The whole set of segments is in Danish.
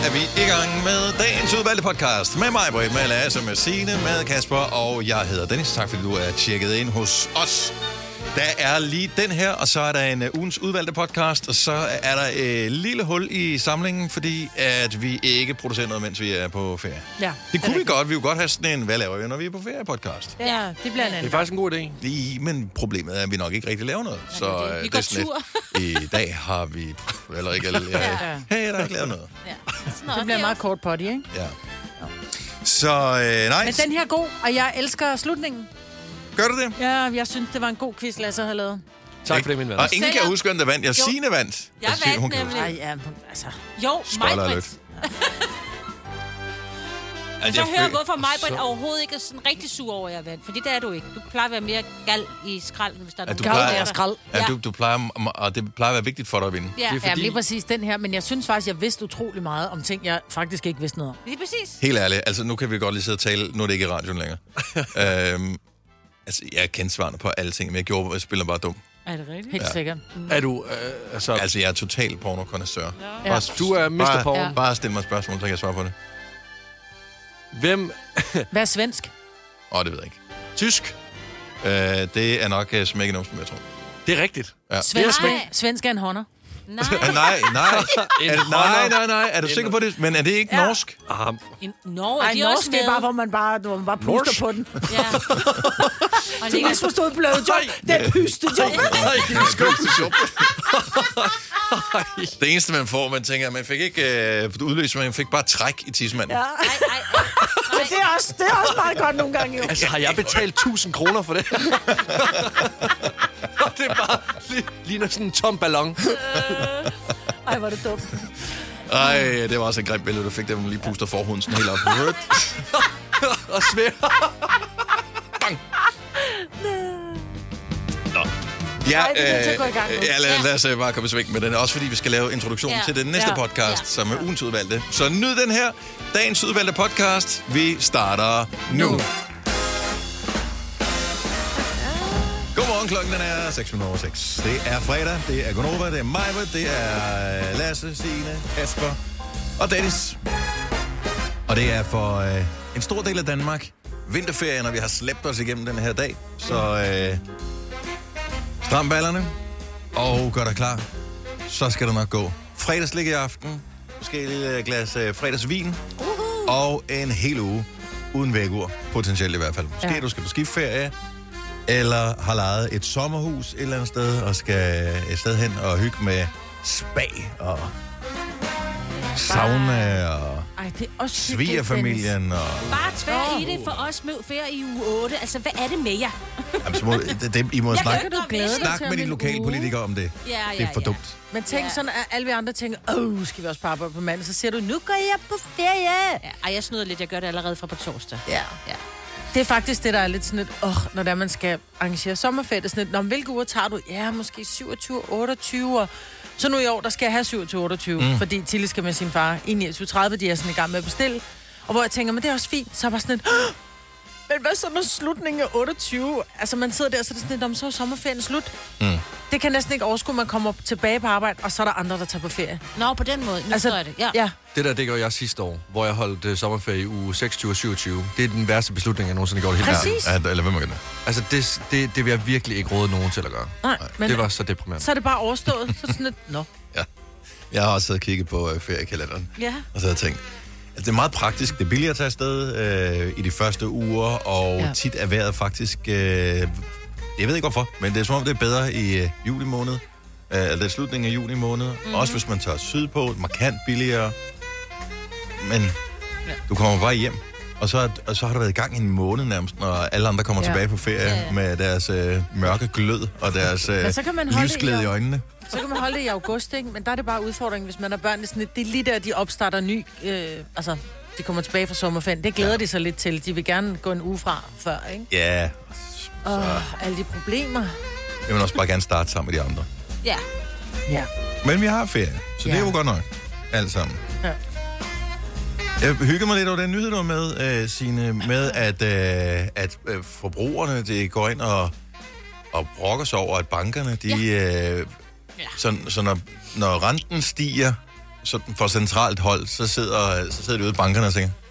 er vi i gang med dagens udvalgte podcast. Med mig, Britt, med Lasse, med Signe, med Kasper, og jeg hedder Dennis. Tak fordi du er tjekket ind hos os. Der er lige den her, og så er der en ugens udvalgte podcast, og så er der et lille hul i samlingen, fordi at vi ikke producerer noget, mens vi er på ferie. Ja, det kunne vi godt. Vi kunne godt have sådan en, hvad laver vi, når vi er på ferie-podcast? Ja, det bliver en anden. Det er faktisk en god idé. Men problemet er, at vi nok ikke rigtig laver noget. Så vi går tur. I dag har vi... Eller ikke... Hey, der er ikke lavet noget. Ja. Det bliver meget kort potty, ikke? Ja. Så nej. Men den her er god, og jeg elsker slutningen. Gør du det? Ja, jeg synes, det var en god quiz, Lasse havde lavet. Tak for det, min ven. Og ingen kan huske, hvem der vandt. Signe vandt. Jeg vandt nemlig. Ej, ja, altså... Jo, Spoiler alert. Så hør, hvorfor Majbrit overhovedet ikke er sådan rigtig sur over, at jeg vandt. Fordi det er du ikke. Du plejer at være mere gal i skralden, hvis der er nogen. Du plejer, skrald. Ja, du plejer, og det plejer at være vigtigt for dig at vinde. Ja, Ja, lige præcis den her, men jeg synes faktisk, jeg vidste utrolig meget om ting, jeg faktisk ikke vidste noget om. det er præcis. Helt ærligt, altså nu kan vi godt lige sidde og tale, nu er det ikke i radioen længere. Altså, jeg kendte svarene på alle ting, men jeg spiller bare dum. Er det rigtigt? Helt sikkert. Er du, Altså, jeg er total porno-konnoisseur. Ja. Du er Mr. Porn. Bare stil mig spørgsmål, så kan jeg svare på det. Hvem? Hvad er svensk? Det ved jeg ikke. Tysk? Det er nok smækkenum, som jeg tror. Det er rigtigt. Ja. Svensk er en hånder. Nej. Nej. Nej. Er du sikker på det? Men er det ikke norsk? Norge, Ej, de er norsk, også det er med. bare, hvor man bare puster på den. Ja. Og Det er misforstået blowjob. Det er pustejob. Det eneste, man får, man tænker, man fik ikke udløst, man fik bare træk i tissemanden. Ja. Men det er også meget godt nogle gange, jo. Altså, har jeg betalt 1000 kroner for det? Det er bare ligner sådan en tom ballon. Ej, hvor er det dumt. Ej, det var også et grimt billede, du fik, der man lige puster forhuden sådan helt op. Og svær. Bang! Nå. Ja, Ej, vi er nødt til at gå i gang nu. lad os bare komme i sving med den. Også fordi vi skal lave introduktion til den næste podcast, som er ugens udvalgte. Så nyd den her, dagens udvalgte podcast. Vi starter nu. Godmorgen, klokken den er 6:06. Det er fredag, det er Gonova, det er Majbert, det er Lasse, Signe, Kasper og Dennis. Og det er for en stor del af Danmark vinterferie, når vi har slæbt os igennem den her dag. Så stram ballerne og gør dig klar. Så skal det nok gå. Fredagslik i aften. Måske et lille glas fredagsvin. Og en hel uge uden vægur. Potentielt i hvert fald. Måske du skal på skiferie. Eller har lejet et sommerhus et eller andet sted. Og skal et sted hen og hygge med spa og sauna og det er også svigerfamilien. Og... Bare tvær i det for os med ferie i uge 8. Altså, hvad er det med jer? Jamen, så må, I må snakke Snak med de lokale politikere om det. Ja, det er for dumt. Men tænk sådan, at alle vi andre tænker, skal vi også på arbejde på mandag? Så siger du, nu går jeg på ferie. Ja, jeg snyder lidt. Jeg gør det allerede fra på torsdag. Ja. Det er faktisk det, der er lidt sådan et, når der man skal arrangere sommerferie, sådan et, hvilke uger tager du? Ja, måske 27, 28 Så nu i år, der skal jeg have 27-28, fordi Tilly skal med sin far i 29-30, de er sådan i gang med at bestille. Og hvor jeg tænker, men det er også fint, så er bare sådan et, men hvad så når slutningen er 28? Altså man sidder der, så er det sådan et, så er sommerferien slut. Det kan næsten ikke overskue, man kommer tilbage på arbejde, og så er der andre, der tager på ferie. Nå, på den måde. Nu forstår jeg det. Ja. Det gør jeg sidste år, hvor jeg holdt sommerferie i uge 26 og 27. Det er den værste beslutning, jeg nogensinde har gjort helt Præcis. Eller hvem må gøre det? Altså, det vil jeg virkelig ikke råde nogen til at gøre. Nej, men det var så deprimerende. så er det bare overstået. Så sådan et, Ja. Jeg har også siddet og kigget på feriekalenderen. Ja. Og så har jeg tænkt, altså, det er meget praktisk. Det er billigere at tage afsted i de første uger, og tit er vejret faktisk... jeg ved ikke hvorfor, men det er som om, det er bedre i juli måned. Eller det er slutningen af juni måned. Også hvis man tager sydpå, markant billigere. Men du kommer bare hjem. Og så har der været i gang en måned nærmest, når alle andre kommer tilbage på ferie med deres mørke glød og deres livsglæde i øjnene. Så kan man holde det i august, ikke? Men der er det bare udfordringen, hvis man har børn. Det er lige der, de opstarter ny... de kommer tilbage fra sommerferien. Det glæder de sig lidt til. De vil gerne gå en uge fra før, ikke? Ja. Alle de problemer. Jeg vil også bare gerne starte sammen med de andre. Ja. Men vi har ferie, så det er jo godt nok. Alt sammen. Ja. Jeg hygger mig lidt over den nyhed, du var med, Signe, med at forbrugerne de går ind og brokker sig over, at bankerne, de... Så når renten stiger, sådan for centralt hold, så sidder de ude i bankerne og tænker,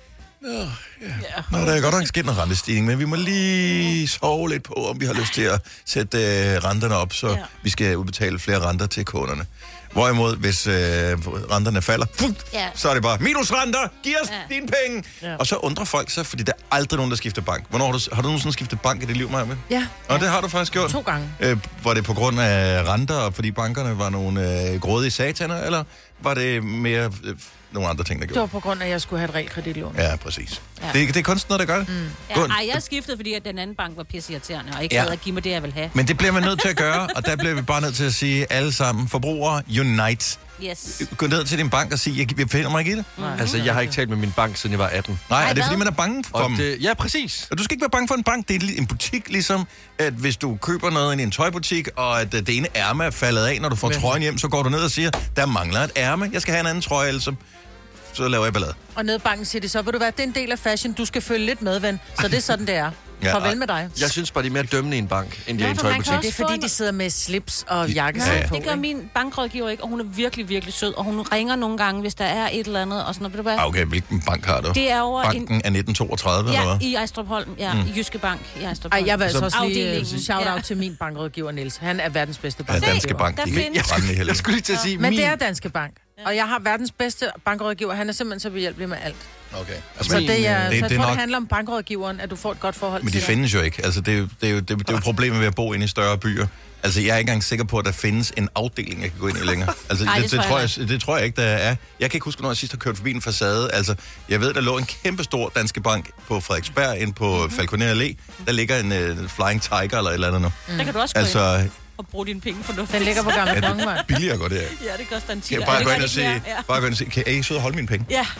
Nå, der er godt nok sket en rentestigning, men vi må lige sove lidt på, om vi har lyst til at sætte renterne op, så vi skal udbetale flere renter til kunderne. Hvorimod, hvis renterne falder, så er det bare, minusrenter, giv os dine penge. Ja. Og så undrer folk sig, fordi der er aldrig nogen, der skifter bank. Hvornår har du nogensinde skiftet bank i dit liv, Maja? Ja. Og det har du faktisk gjort. 2 gange. Var det på grund af renter, og fordi bankerne var nogle grådige sataner, eller var det mere nogle andre ting, der gjorde? Det var på grund af, at jeg skulle have et realkreditlån. Ja, præcis. Ja. Det er kun sådan noget, der gør det. Jeg skiftede, fordi at den anden bank var pisseirriterende, og ikke havde at give mig det, jeg vil have. Men det bliver man nødt til at gøre, og der bliver vi bare nødt til at sige alle sammen, forbrugere, unite. Yes. Gå ned til din bank og sige, jeg finder mig ikke i det. Altså, jeg har ikke talt med min bank, siden jeg var 18. Nej, er det fordi, man er bange for dem? Ja, præcis. Og du skal ikke være bange for en bank. Det er en butik, ligesom at hvis du køber noget i en tøjbutik, og at det ene ærme er faldet af, når du får trøjen hjem, så går du ned og siger, der mangler et ærme, jeg skal have en anden trøje, ellers så laver jeg ballade. Og nede i banken siger de så, vil du være, det er en del af fashion, du skal følge lidt med, ven. Så det er sådan, det er. Farvel med dig. Jeg synes bare, de er mere dømmende i en bank, end de er i en tøjbutik. Det er fordi, de sidder med slips og jakkesæt på. Det gør min bankrådgiver ikke, og hun er virkelig, virkelig sød. Og hun ringer nogle gange, hvis der er et eller andet. Og sådan noget. Okay, hvilken bank har du? Det er over Banken er 1932, eller hvad? I Ejstrup Holm. Ja, i Jyske Bank i Ejstrup Holm. Ej, jeg vil altså også lige shout-out til min bankrådgiver, Niels. Han er verdens bedste bankrådgiver. Ja, Danske Bank. Jeg skulle lige til at sige men det er Danske Bank. Og jeg har verdens bedste bankrådgiver. Han er simpelthen så behjælpelig med alt. Okay. Altså, så jeg tror, det handler om bankrådgiveren, at du får et godt forhold til men de findes jo ikke. Altså, det er jo problemet ved at bo inde i større byer. Altså, jeg er ikke engang sikker på, at der findes en afdeling, jeg kan gå ind i længere. Altså, det tror jeg ikke, der er. Jeg kan ikke huske, når jeg sidst har kørt forbi en facade. Altså, jeg ved, der lå en kæmpe stor Danske Bank på Frederiksberg, ind på Falconer Allé. Der ligger en Flying Tiger eller et eller andet nu. Der kan du også gå ind og bruge dine penge fornuftigt. Den ligger på Gamle Kongevej. Det er billigere at gå der. Ja, det koster en 10. Bare gå ind og sige, kan I sidde og holde mine penge? Ja.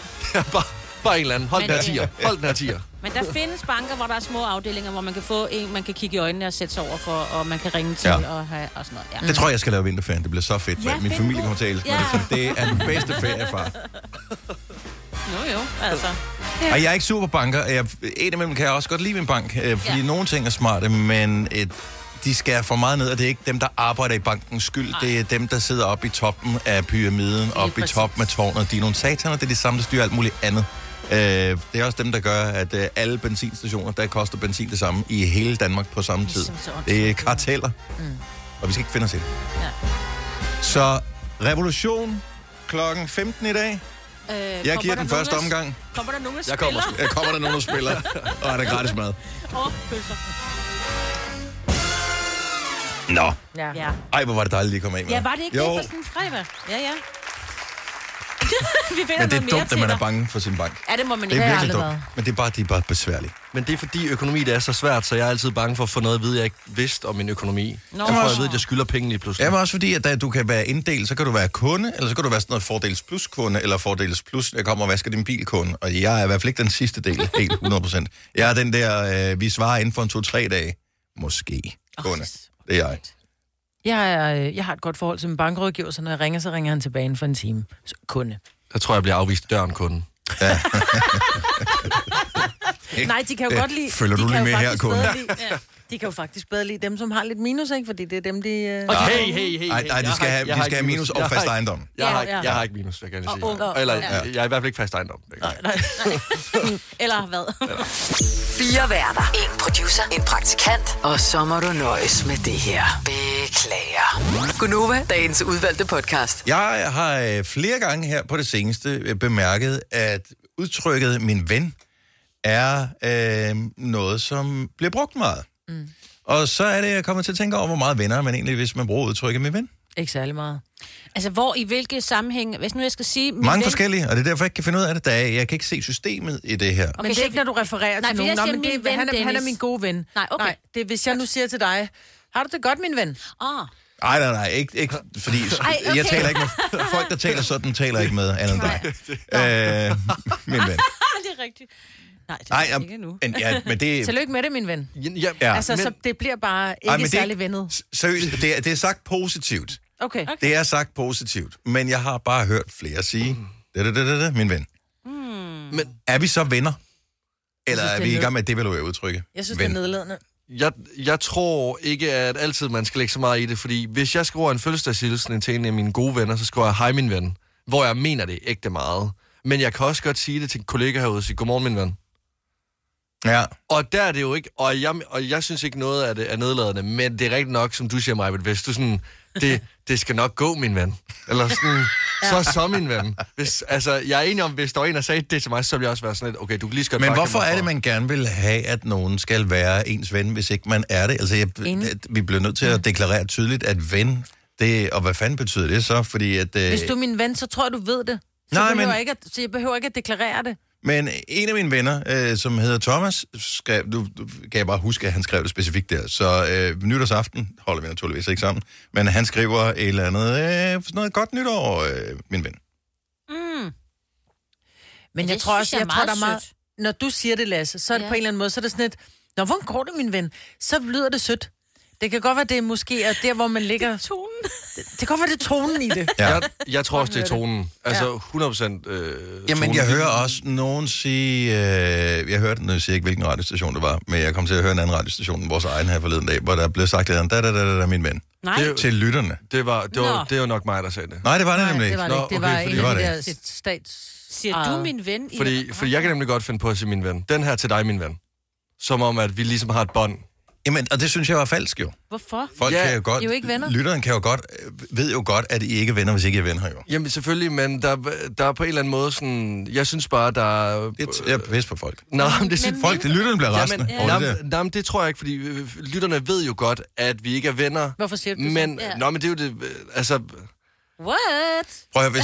Bare en eller anden. Hold den her tier. Men der findes banker, hvor der er små afdelinger, hvor man kan få en, man kan kigge i øjnene og sætte sig over for, og man kan ringe til og have og sådan noget. Ja. Det tror jeg skal lave vinterferien. Det bliver så fedt. Ja, min familie kommer til at elske mig. Det er den bedste feriefar. Jo, altså. Ja. Og jeg er ikke super banker. Indimellem kan jeg også godt lide min bank, fordi nogle ting er smarte, men de skærer for meget ned, og det er ikke dem, der arbejder i bankens skyld. Nej. Det er dem, der sidder oppe i toppen af pyramiden, oppe i toppen af tårnet. De er nogle sataner, det er de samme, der styrer alt muligt andet. Det er også dem, der gør, at alle benzinstationer, der koster benzin det samme i hele Danmark på samme tid. Det er karteller, og vi skal ikke finde os i det. Ja. Så revolution klokken 15 i dag. Jeg giver den første omgang. Kommer der nogen, der spiller? Kommer der nogen, der spiller, og er der gratis mad. Pølser. Nå. Ja. Ej, hvor var det dejligt, at I kom af med. Ja, var det ikke det på sådan en fredag? Ja. Vi finder men det er noget mere dumt, at man er bange for sin bank. Ja, det må man ikke. ikke. Det er virkelig dumt. Men det er bare besværligt. Men det er fordi økonomi, det er så svært, så jeg er altid bange for at få noget at vide, jeg ikke vidste om min økonomi. Jeg får at vide, at jeg skylder penge lige pludselig. Ja, men også fordi, at du kan være inddelt, så kan du være kunde, eller så kan du være sådan noget fordels plus kunde, eller fordels plus, jeg kommer og vasker din bil kunde. Og jeg er i hvert fald ikke den sidste del, helt 100%. Jeg er den der, vi svarer inden for 2-3 dage. Måske kunde. Det er jeg. Jeg har et godt forhold til min bankrådgiver, så når jeg ringer, så ringer han tilbage inden for en time. Så kunde. Jeg tror, jeg bliver afvist døren kunden. Ja. Nej, de kan jo godt lide... Følger du lige med her, kunde? De kan jo faktisk bedre lide dem, som har lidt minus, ikke? Fordi det er dem, de... Hey. Nej, de skal have minus og fast ejendom. Jeg har ikke minus, hvad kan jeg sige. Eller, jeg er i hvert fald ikke fast ejendom. Nej. Eller hvad? 4 værter. 1 producer. 1 praktikant. Og så må du nøjes med det her. Beklager. Gunova, dagens udvalgte podcast. Jeg har flere gange her på det seneste bemærket, at udtrykket min ven er noget, som bliver brugt meget. Og så er det, jeg kommer til at tænke over, hvor meget venner man egentlig, hvis man bruger udtrykket min ven. Ikke særlig meget. Altså, i hvilke sammenhæng, hvis nu jeg skal sige... Mange forskellige, og det er derfor, jeg ikke kan finde ud af det. Jeg kan ikke se systemet i det her. Okay, men det er ikke, når du refererer til nogen. Han er min gode ven. Nej, okay. Nej, det er, hvis jeg nu siger til dig, har du det godt, min ven? Nej, ikke fordi okay. Jeg taler ikke med folk, der taler sådan, taler ikke med andet end dig. Min ven. Det er rigtigt. Nej, det er ikke nu. Men det... Tillykke med det, min ven. Ja, altså, så det bliver bare ikke særlig vennet. Seriøst, det er sagt positivt. Okay. Det er sagt positivt, men jeg har bare hørt flere sige, min ven. Men er vi så venner? Eller er vi i gang med at devaluere udtrykket? Jeg synes, det er nedladende. Jeg tror ikke, at altid man skal lægge så meget i det, fordi hvis jeg skriver en fødselsdagshilsen til en af mine gode venner, så skriver jeg, hej min ven. hvor jeg mener det ægte meget. Men jeg kan også godt sige det til en kollega herude og sige, godmorgen, min ven. Ja. Og der er det jo ikke, og jeg synes ikke noget af det er nedladende, men det er rigtigt nok, som du siger, Majbert, hvis du sådan, det skal nok gå, min ven. Eller sådan, så min ven. Jeg er enig om, hvis der var en, der sagde det til mig, så ville jeg også være sådan lidt, okay, du kan lige skal. Men hvorfor er det, man gerne vil have, at nogen skal være ens ven, hvis ikke man er det? Altså, vi bliver nødt til at deklarere tydeligt, at ven, det, og hvad fanden betyder det så? Fordi at... Hvis du er min ven, så tror jeg, du ved det. Så jeg behøver ikke at deklarere det. Men en af mine venner, som hedder Thomas, nu kan jeg bare huske, at han skrev det specifikt der. Så nytårsaften holder vi naturligvis ikke sammen. Men han skriver et eller andet, sådan noget godt nytår, min ven. Men jeg tror også, der er meget... Når du siger det, Lasse, så er det på en eller anden måde, så er det sådan et... Nå, hvordan går det, min ven? Så lyder det sødt. Det kan godt være, det måske er der, hvor man ligger... Tonen. Det kan godt være, det er tonen i det. Ja. Jeg tror også, det er tonen. Altså 100% Jamen, jeg hører også nogen sige... jeg hørte, nu siger jeg ikke, hvilken radiostation det var, men jeg kom til at høre en anden radiostation, vores egen her forleden dag, hvor der blev sagt, da, min ven. Nej. Til lytterne. Det var jo nok mig, der sagde det. Nej, det var det nemlig det var det ikke. Det var en af de der stats... Siger du min ven? Fordi jeg kan nemlig godt finde på at sige min ven. Den her til dig, min ven. Som om, at vi ligesom har et bånd. Jamen, og det synes jeg var falsk jo. Hvorfor? Folk kan jo godt... I er jo ikke venner. Lytteren kan jo godt... ved jo godt, at I ikke er venner, hvis ikke I er venner jo. Jamen selvfølgelig, men der er på en eller anden måde sådan... Jeg synes bare, der er... Jeg er bevidst på folk. Nej, men det synes folk, lytterne bliver rasende over det der. Nej, men det tror jeg ikke, fordi lytterne ved jo godt, at vi ikke er venner. Hvorfor siger du men, det? Nå, men det er jo det... Altså... What? Prøv at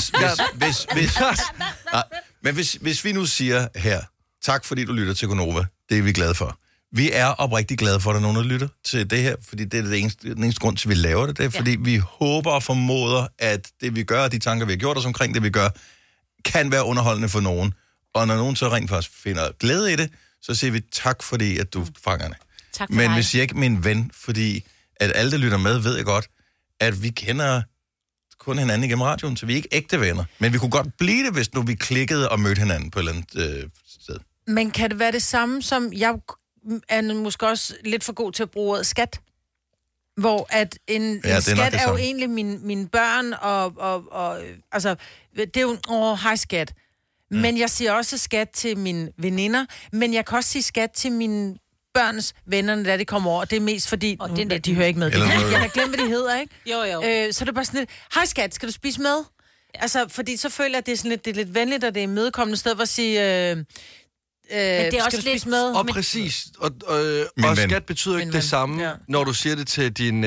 hvis vi nu siger her, tak fordi du lytter til Gonova, det er vi glade for. Vi er oprigtigt glade for, at der er nogen, der lytter til det her, fordi det er den eneste grund til, at vi laver det. Det er, fordi vi håber og formoder, at det vi gør, og de tanker, vi har gjort os omkring det, vi gør, kan være underholdende for nogen. Og når nogen så rent faktisk finder glæde i det, så siger vi tak, fordi at du fanger det. Tak for Men dig. hvis jeg ikke er min ven, fordi at alle, der lytter med, ved jeg godt, at vi kender kun hinanden igennem radioen, så vi er ikke ægte venner. Men vi kunne godt blive det, hvis nu vi klikkede og mødte hinanden på et eller andet sted. Men kan det være det samme som... Jeg er måske også lidt for god til at bruge ordet skat. Hvor at en skat er jo egentlig mine børn, og altså, det er jo, hej skat. Men jeg siger også skat til mine veninder, men jeg kan også sige skat til mine børns venner, da de kommer over. Det er mest fordi, de hører ikke med. Jeg har glemt, hvad de hedder, ikke? Jo. Så det er bare sådan lidt, hej skat, skal du spise med? Altså, fordi så føler jeg, at det er sådan lidt, det er lidt venligt, og det er imødekommende sted, hvor at sige... men det er også lidt med. Og præcis. Og skat betyder ikke det samme, når du siger det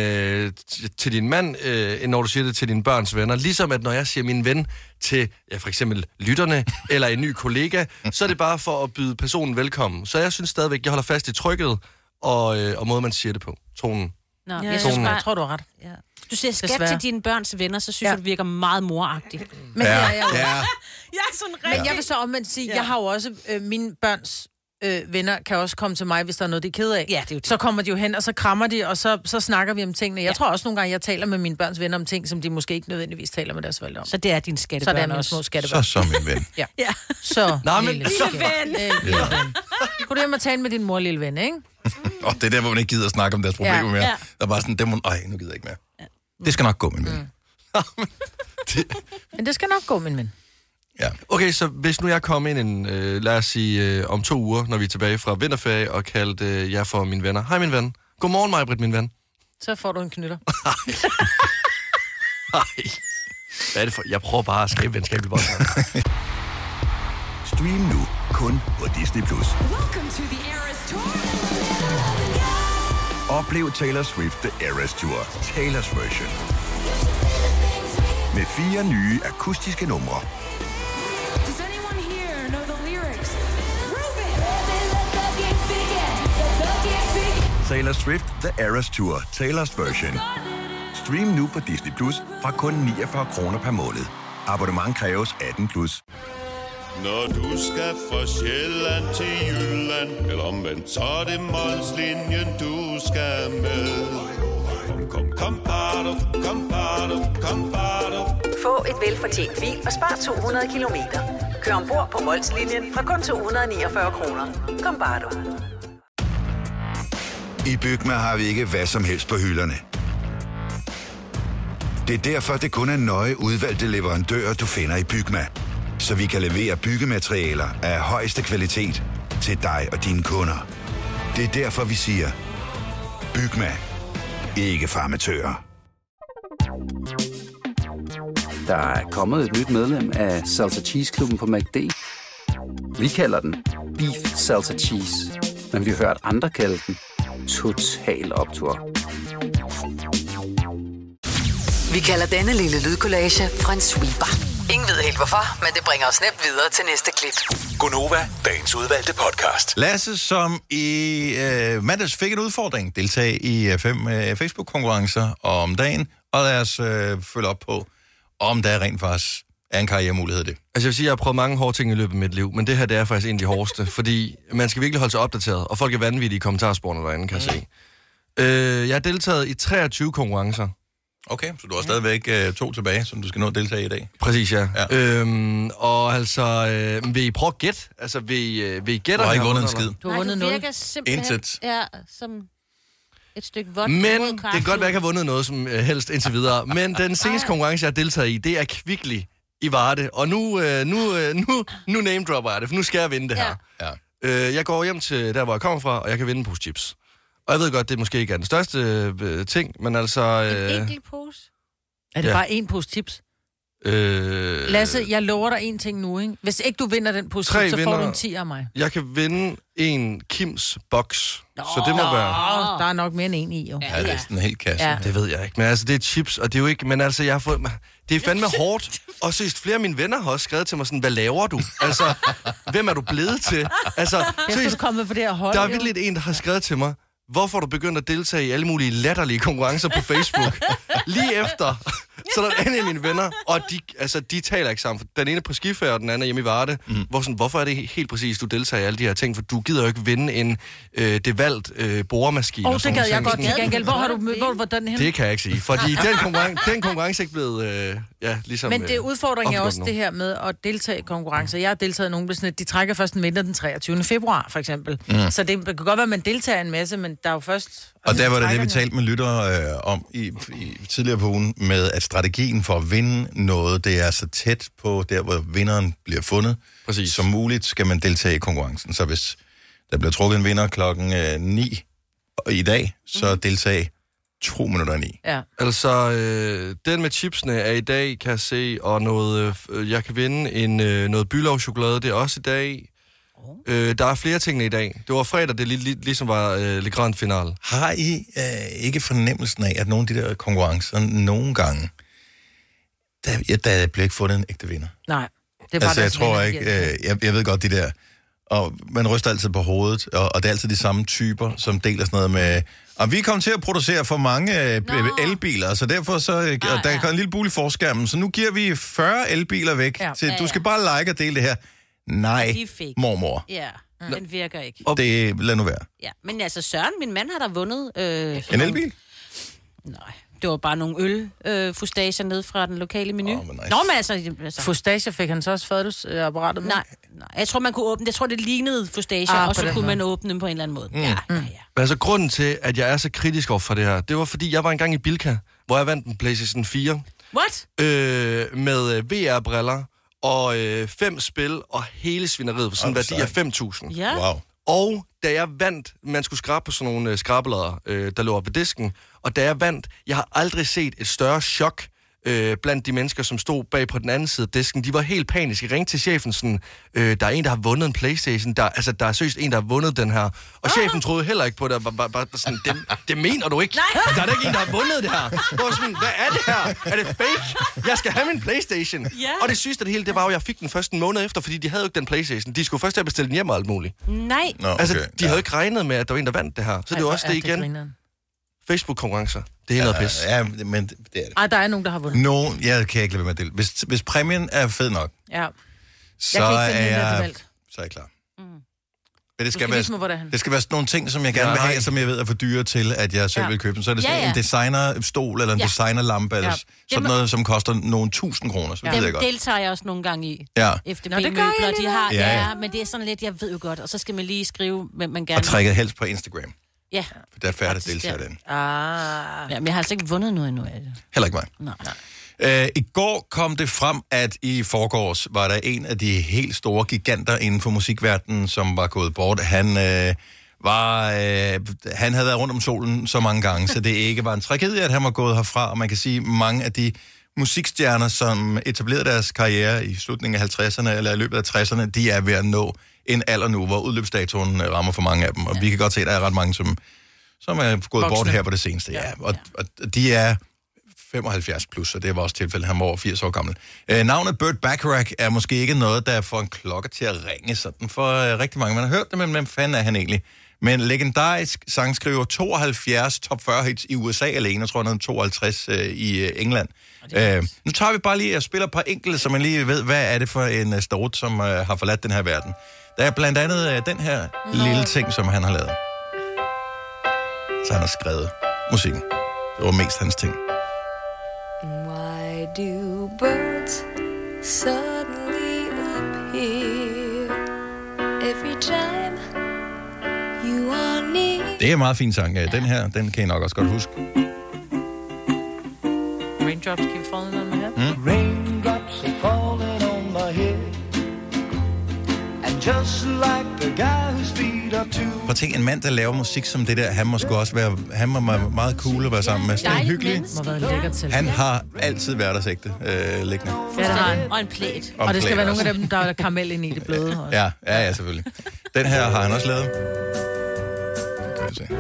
til din mand, end når du siger det til dine børns venner. Ligesom at når jeg siger min ven til for eksempel lytterne eller en ny kollega, så er det bare for at byde personen velkommen. Så jeg synes stadigvæk, jeg holder fast i trykket og måden, man siger det på. Tonen. Nå, jeg tror, du har ret. Ja. Du siger skat til dine børns venner, så synes jeg, du virker meget moragtigt. Men jeg er sådan rigtig. Men jeg vil så omvendt sige, jeg har jo også mine børns venner kan også komme til mig, hvis der er noget, de er ked af. Ja, det er jo det. Så kommer de jo hen, og så krammer de, og så snakker vi om tingene. Jeg tror også nogle gange, jeg taler med mine børns venner om ting, som de måske ikke nødvendigvis taler med deres forældre om. Så det er din skattebørn. Så det er mine små skattebørn. Så min ven. Ja. Så lille ven. Kunne du hjem og tale med din mor, lille ven, ikke? Det er der, hvor man ikke gider at snakke om deres problemer mere. Der er bare sådan, nu gider jeg ikke mere. Det skal nok gå, min ven. Men det skal nok gå, min ven. Ja. Okay, så hvis nu jeg kommer ind lad os sige, om 2 uger, når vi er tilbage fra vinterferie, og kaldte jer for mine venner. Hej, min ven. Godmorgen, Majbrit, min ven. Så får du en knytter. Nej. Hvad er det for? Jeg prøver bare at skabe venskabelige bånd. Stream nu kun på Disney+. Oplev Taylor Swift The Eras Tour, Taylor's version. Med 4 nye akustiske numre. Taylor Swift The Eras Tour, Taylor's version. Stream nu på Disney+ fra kun 49 kroner per måned. Abonnement kræves 18+. Når du skal fra Sjælland til Jylland, eller omvendt, så er det Molslinjen, du skal med. Kom, bado, kom, bado. Få et velfortjent bil og spar 200 kilometer. Kør ombord på Molslinjen fra kun 249 kroner. Kom, bado. I Bygma har vi ikke hvad som helst på hylderne. Det er derfor, det kun er nøje udvalgte leverandører, du finder i Bygma. Så vi kan levere byggematerialer af højeste kvalitet til dig og dine kunder. Det er derfor, vi siger, Bygma. Ikke farmatører. Der er kommet et nyt medlem af Salsa Cheese Klubben på McD. Vi kalder den Beef Salsa Cheese, men vi har hørt andre kalde den Total Optur. Vi kalder denne lille lydkollage en sweeper. Ingen ved helt hvorfor, men det bringer os nemt videre til næste klip. Gonova, dagens udvalgte podcast. Lasse, som i mandags fik en udfordring, deltage i 5 Facebook-konkurrencer om dagen, og lad os følge op på, om der rent faktisk er en karrieremulighed det. Altså jeg vil sige, at jeg har prøvet mange hårde ting i løbet af mit liv, men det her det er faktisk en af de hårdeste, fordi man skal virkelig holde sig opdateret, og folk er vanvittige i kommentarsporene derinde, kan jeg se. Jeg har deltaget i 23 konkurrencer. Okay, så du har stadigvæk 2 tilbage, som du skal nå at deltage i dag. Præcis, ja. Og altså, vil I prøve at gætte? Altså, vil I gætte? Du har ikke vundet en skid. Du har vundet noget. Intet. Ja, som et stykke vodka. Men det kan godt være, at jeg har vundet noget som helst indtil videre. Men den seneste konkurrence, jeg har deltaget i, det er Kvickly i Varde. Og nu name-dropper jeg det, for nu skal jeg vinde det her. Ja. Jeg går hjem til der, hvor jeg kommer fra, og jeg kan vinde en pose chips. Og jeg ved godt, det måske ikke er den største ting, men altså... En enkelt pose? Er det bare en pose chips? Lasse, jeg lover dig en ting nu, ikke? Hvis ikke du vinder den pose chips, så får du en 10 af mig. Jeg kan vinde en Kims boks, så det må være... Der er nok mere end en i, jo. Ja, det er sådan en hel kasse. Ja. Det ved jeg ikke, men altså, det er chips, og det er jo ikke... Men altså, jeg har fået... Det er fandme hårdt. Og så flere af mine venner har også skrevet til mig sådan, hvad laver du? Altså, hvem er du blevet til? Altså, du kommet på det her hold, der er virkelig en, der har skrevet til mig, hvorfor er du begyndt at deltage i alle mulige latterlige konkurrencer på Facebook? Lige efter, så der er en af mine venner, og de taler ikke sammen. Den ene er på skiferie, og den anden er hjemme i Varde. Hvorfor er det helt præcis, du deltager i alle de her ting? For du gider jo ikke vinde en devalgt boremaskine. Det gad jeg godt til gengæld. Hvor den hen? Det kan jeg ikke sige, fordi den konkurrence er ikke blevet ligesom... Men det udfordring er også det her med at deltage i konkurrencer. Jeg har deltaget i nogle, de trækker først den vinter den 23. februar, for eksempel. Så det kan godt være, at man deltager en masse, men der er jo først... Og der var det, vi talte med lyttere om i tidligere på ugen, med at strategien for at vinde noget, det er så tæt på der, hvor vinderen bliver fundet. Præcis. Som muligt skal man deltage i konkurrencen. Så hvis der bliver trukket en vinder klokken 9 i dag, så deltag 2 minutter 9. Ja. Altså, den med chipsene er i dag, kan jeg se, og noget, jeg kan vinde noget Bylov-chokolade, det er også i dag. Der er flere ting i dag. Det var fredag, det ligesom var Le Grand Finale. Har I ikke fornemmelsen af, at nogle af de der konkurrencer nogle gange, der bliver ikke fundet en ægte vinder? Nej. Det var jeg tror ikke, jeg ved godt de der, og man ryster altid på hovedet, og det er altid de samme typer, som deler sådan noget med, og vi kommer til at producere for mange elbiler, så derfor så, og der er en lille bule i forskærmen, så nu giver vi 40 elbiler væk til, du skal bare like og dele det her. Nej, mormor. Ja, den virker ikke. Det lad nu være. Ja, men altså Søren, min mand, har der vundet... en elbil? Nej, det var bare nogle ølfustager ned fra den lokale menu. Nice. Nå, men altså... Fustager fik han så også fadelsapparatet med? Nej, jeg tror, man kunne åbne... Jeg tror, det lignede fustager, og så kunne man åbne dem på en eller anden måde. Ja. Men altså, grunden til, at jeg er så kritisk over for det her, det var, fordi jeg var engang i Bilka, hvor jeg vandt en PlayStation 4. What? Med VR-briller og 5 spil og hele svineriet for sådan en værdi af 5.000. Ja. Wow. Og da jeg vandt, man skulle skrabe på sådan nogle skrabelader, der lå ved disken, og da jeg vandt, jeg har aldrig set et større chok blandt de mennesker, som stod bag på den anden side af disken. De var helt paniske. Jeg ringte til chefen sådan, der er en, der har vundet en PlayStation. Der er seriøst en, der har vundet den her. Og chefen troede heller ikke på det. Bare sådan, det mener du ikke. Nej. Der er da ikke en, der har vundet det her. Det var sådan, hvad er det her? Er det fake? Jeg skal have min PlayStation. Ja. Og det sygeste af det hele, det var jo, jeg fik den først en måned efter, fordi de havde jo ikke den PlayStation. De skulle først have bestilt den hjem og alt muligt. Nej. Nå, okay. Altså, de havde jo ikke regnet med, at der var en, der vandt det her. Så det var også det igen. Facebook-konkurrencer. Det er noget pis. Ja, men det er det. Ej, der er nogen, der har vundet. Jeg kan ikke lade være med at dele. Hvis præmien er fed nok, så er jeg klar. Men det skal være sådan nogle ting, som jeg gerne vil have, som jeg ved er for dyre til, at jeg selv vil købe dem. Så er det sådan en designerstol eller en designerlampe, eller sådan noget, som koster nogle 1000 kroner. Så ved jeg godt. Dem deltager jeg også nogle gange i. Ja. FDB-møbler, de har. Ja, men det er sådan lidt, jeg ved jo godt. Og så skal man lige skrive, hvem man gerne... Og trække helst på Instagram. Ja. For der er færdigt deltager den. Ja, men jeg har altså ikke vundet noget endnu af det. Heller ikke mig. Nej. I går kom det frem, at i forgårs var der en af de helt store giganter inden for musikverdenen, som var gået bort. Han havde været rundt om solen så mange gange, så det ikke var en tragedie, at han var gået herfra. Og man kan sige, mange af de musikstjerner, som etablerede deres karriere i slutningen af 50'erne eller i løbet af 60'erne, de er ved at nå en alder nu, hvor udløbsdatoen rammer for mange af dem. Og vi kan godt se, at der er ret mange, som er gået bort her på det seneste. Ja. Og de er 75 plus, så det var også tilfælde, han var over 80 år gammel. Navnet Burt Bacharach er måske ikke noget, der får en klokke til at ringe sådan for rigtig mange. Man har hørt det, men hvem fanden er han egentlig? Men legendarisk sangskriver, 72 top 40 hits i USA alene, jeg tror, han havde 52 i England. Nu tager vi bare lige og spiller et par enkelte, så man lige ved, hvad er det for en starot, som har forladt den her verden. Der er blandt andet den her lille ting, som han har lavet. Så han har skrevet musikken. Det var mest hans ting. Why do birds suddenly appear every time you are near? Det er en meget fin sang. Den her, den kan I nok også godt huske. Raindrops keep falling on my head. Raindrops are falling on my head. And just like the guy whose feet are too. Prøv at tænke, en mand, der laver musik som det der, han må sgu også være, han må meget cool at være sammen med. Sådan hyggelig. Han har altid hverdagsägte liggende. Ja, det har han. Og en plæt. Og det skal være nogle af dem, der er karamel ind i det bløde. Ja, selvfølgelig. Den her har han også lavet. Kan vi se.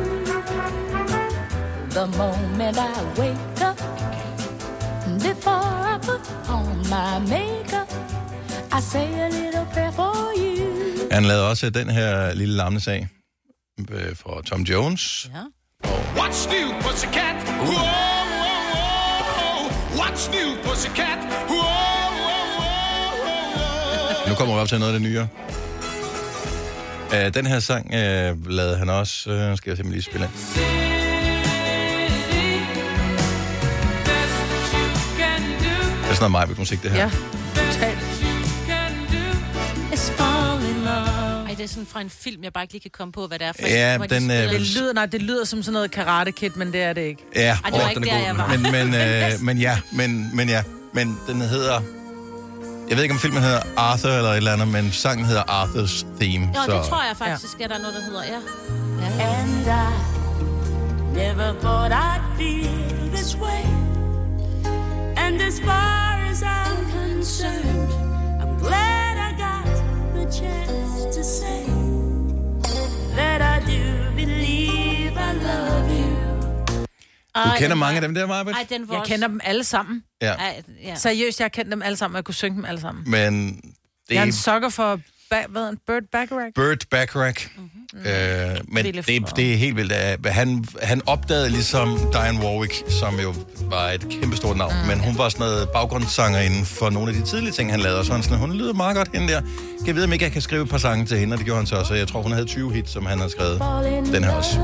The moment I wake up, before I put on my makeup, I say a little prayer for you. Han lavede også den her lille larmesag fra Tom Jones. Ja. What's new, pussycat? Whoa, whoa, whoa. What's new, pussycat? Whoa, whoa, whoa. Nu kommer vi op til noget af det nyere. Den her sang lavede han også. Skal jeg simpelthen lige spille. Det er sådan noget Majbert-musik, det her. Ja, totalt. Det er sådan fra en film, jeg bare ikke lige kan komme på, hvad det er for. Ja, Det lyder som sådan noget Karate Kid, men det er det ikke. Ja, det var ikke der, jeg var. Men den hedder... Jeg ved ikke, om filmen hedder Arthur eller et eller andet, men sangen hedder Arthur's Theme. Jo, det tror jeg faktisk, at der er noget, der hedder, ja. And I never thought I'd feel this way. And as far as I'm concerned, I'm glad I got the chance to say that I do believe I love you. Du kender mange af dem der, Marbet? Jeg kender dem alle sammen. Ja. Seriøst, jeg har kendt dem alle sammen, og jeg kunne synge dem alle sammen. Men det jeg er en sukker for Burt Bacharach. Burt Bacharach. Men det er helt vildt. Han opdagede ligesom Dionne Warwick, som jo var et kæmpestort navn, men hun var sådan noget baggrundssanger inden for nogle af de tidlige ting, han lavede. Og sådan, hun lyder meget godt hende der. Jeg ved, om ikke jeg kan skrive et par sange til hende, og det gjorde han så også. Jeg tror, hun havde 20 hits, som han har skrevet. Den her også.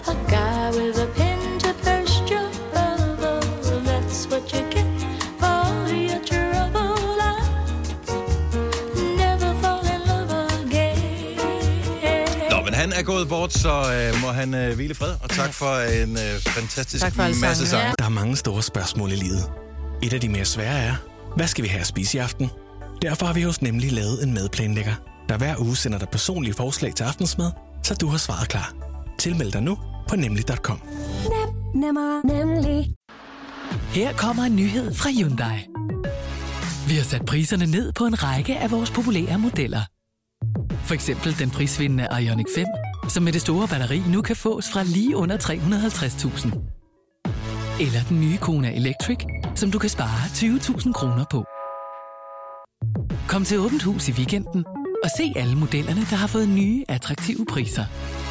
Han er gået bort, så må han hvile fred. Og tak for en fantastisk masse sange. Der er mange store spørgsmål i livet. Et af de mere svære er, hvad skal vi have at spise i aften? Derfor har vi hos Nemlig lavet en madplanlægger, der hver uge sender dig personlige forslag til aftensmad, så du har svaret klar. Tilmeld dig nu på nemlig.com. Nemlig. Her kommer en nyhed fra Hyundai. Vi har sat priserne ned på en række af vores populære modeller. For eksempel den prisvindende Ioniq 5, som med det store batteri nu kan fås fra lige under 350.000. Eller den nye Kona Electric, som du kan spare 20.000 kroner på. Kom til Åbent Hus i weekenden og se alle modellerne, der har fået nye, attraktive priser.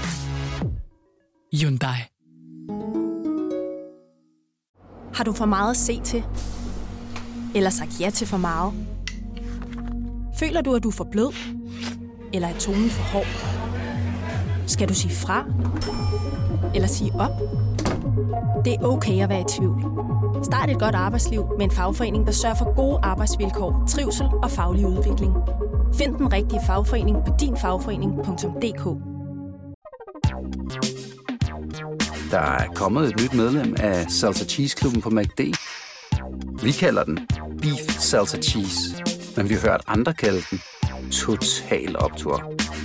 Hyundai. Har du for meget at se til? Eller sagt ja til for meget? Føler du, at du er for blød? Eller er tonen for hård? Skal du sige fra? Eller sige op? Det er okay at være i tvivl. Start et godt arbejdsliv med en fagforening, der sørger for gode arbejdsvilkår, trivsel og faglig udvikling. Find den rigtige fagforening på dinfagforening.dk. Der er kommet et nyt medlem af Salsa Cheese Klubben på McD. Vi kalder den Beef Salsa Cheese, men vi har hørt andre kalde den Total Optur.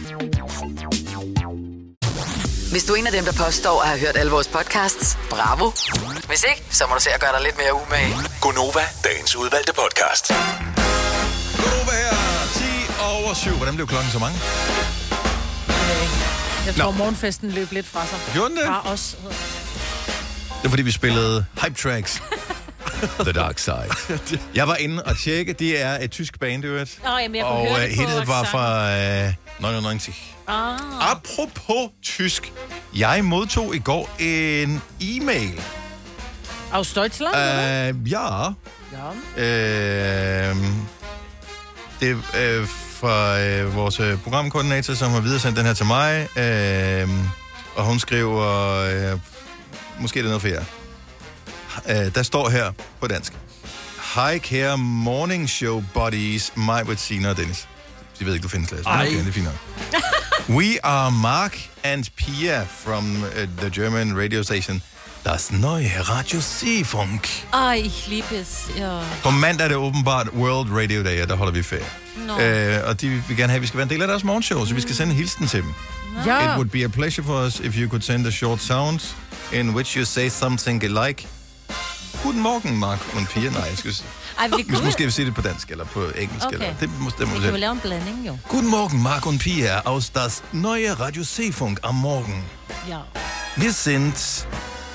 Hvis du er en af dem, der påstår at have hørt alle vores podcasts, bravo. Hvis ikke, så må du se at gøre dig lidt mere umage. Gonova, dagens udvalgte podcast. Gonova her, 10:07. Hvordan blev klokken så mange? Jeg tror, morgenfesten løb lidt fra sig. Gjorde den det? Fra os. Det er fordi, vi spillede Hype Tracks. The Dark Side. Jeg var inde og tjekke. Det er et tysk band, det og hittet var fra 99. Apropos tysk. Jeg modtog i går en e-mail. Aus Deutschland? Ja. Det er fra vores programkoordinator, som har videresendt den her til mig. Og hun skriver... måske er det noget for jer. Der står her på dansk. Hej kære morning show buddies, mig, Bettina og Dennis. De ved ikke, du findes, Lasse. Okay, det er fint nok. We are Mark and Pia from the German radio station Das Neue Radio Seefunk. Ich liebe es, ja. På mandag er det åbenbart World Radio Day, og der holder vi ferie. Og de vil gerne have, at vi skal være en del af deres morgenshow, så vi skal sende en hilsen til dem. Ja. It would be a pleasure for us if you could send a short sound in which you say something like Guten Morgen, Mark und Pia. Nej, jeg skal sige. Hvis måske vil sige det på dansk eller på engelsk. Okay. Eller, det vi kan jo lave en blanding, jo. Guten Morgen, Mark und Pia aus das neue Radio Seefunk am Morgen. Ja. Wir sind...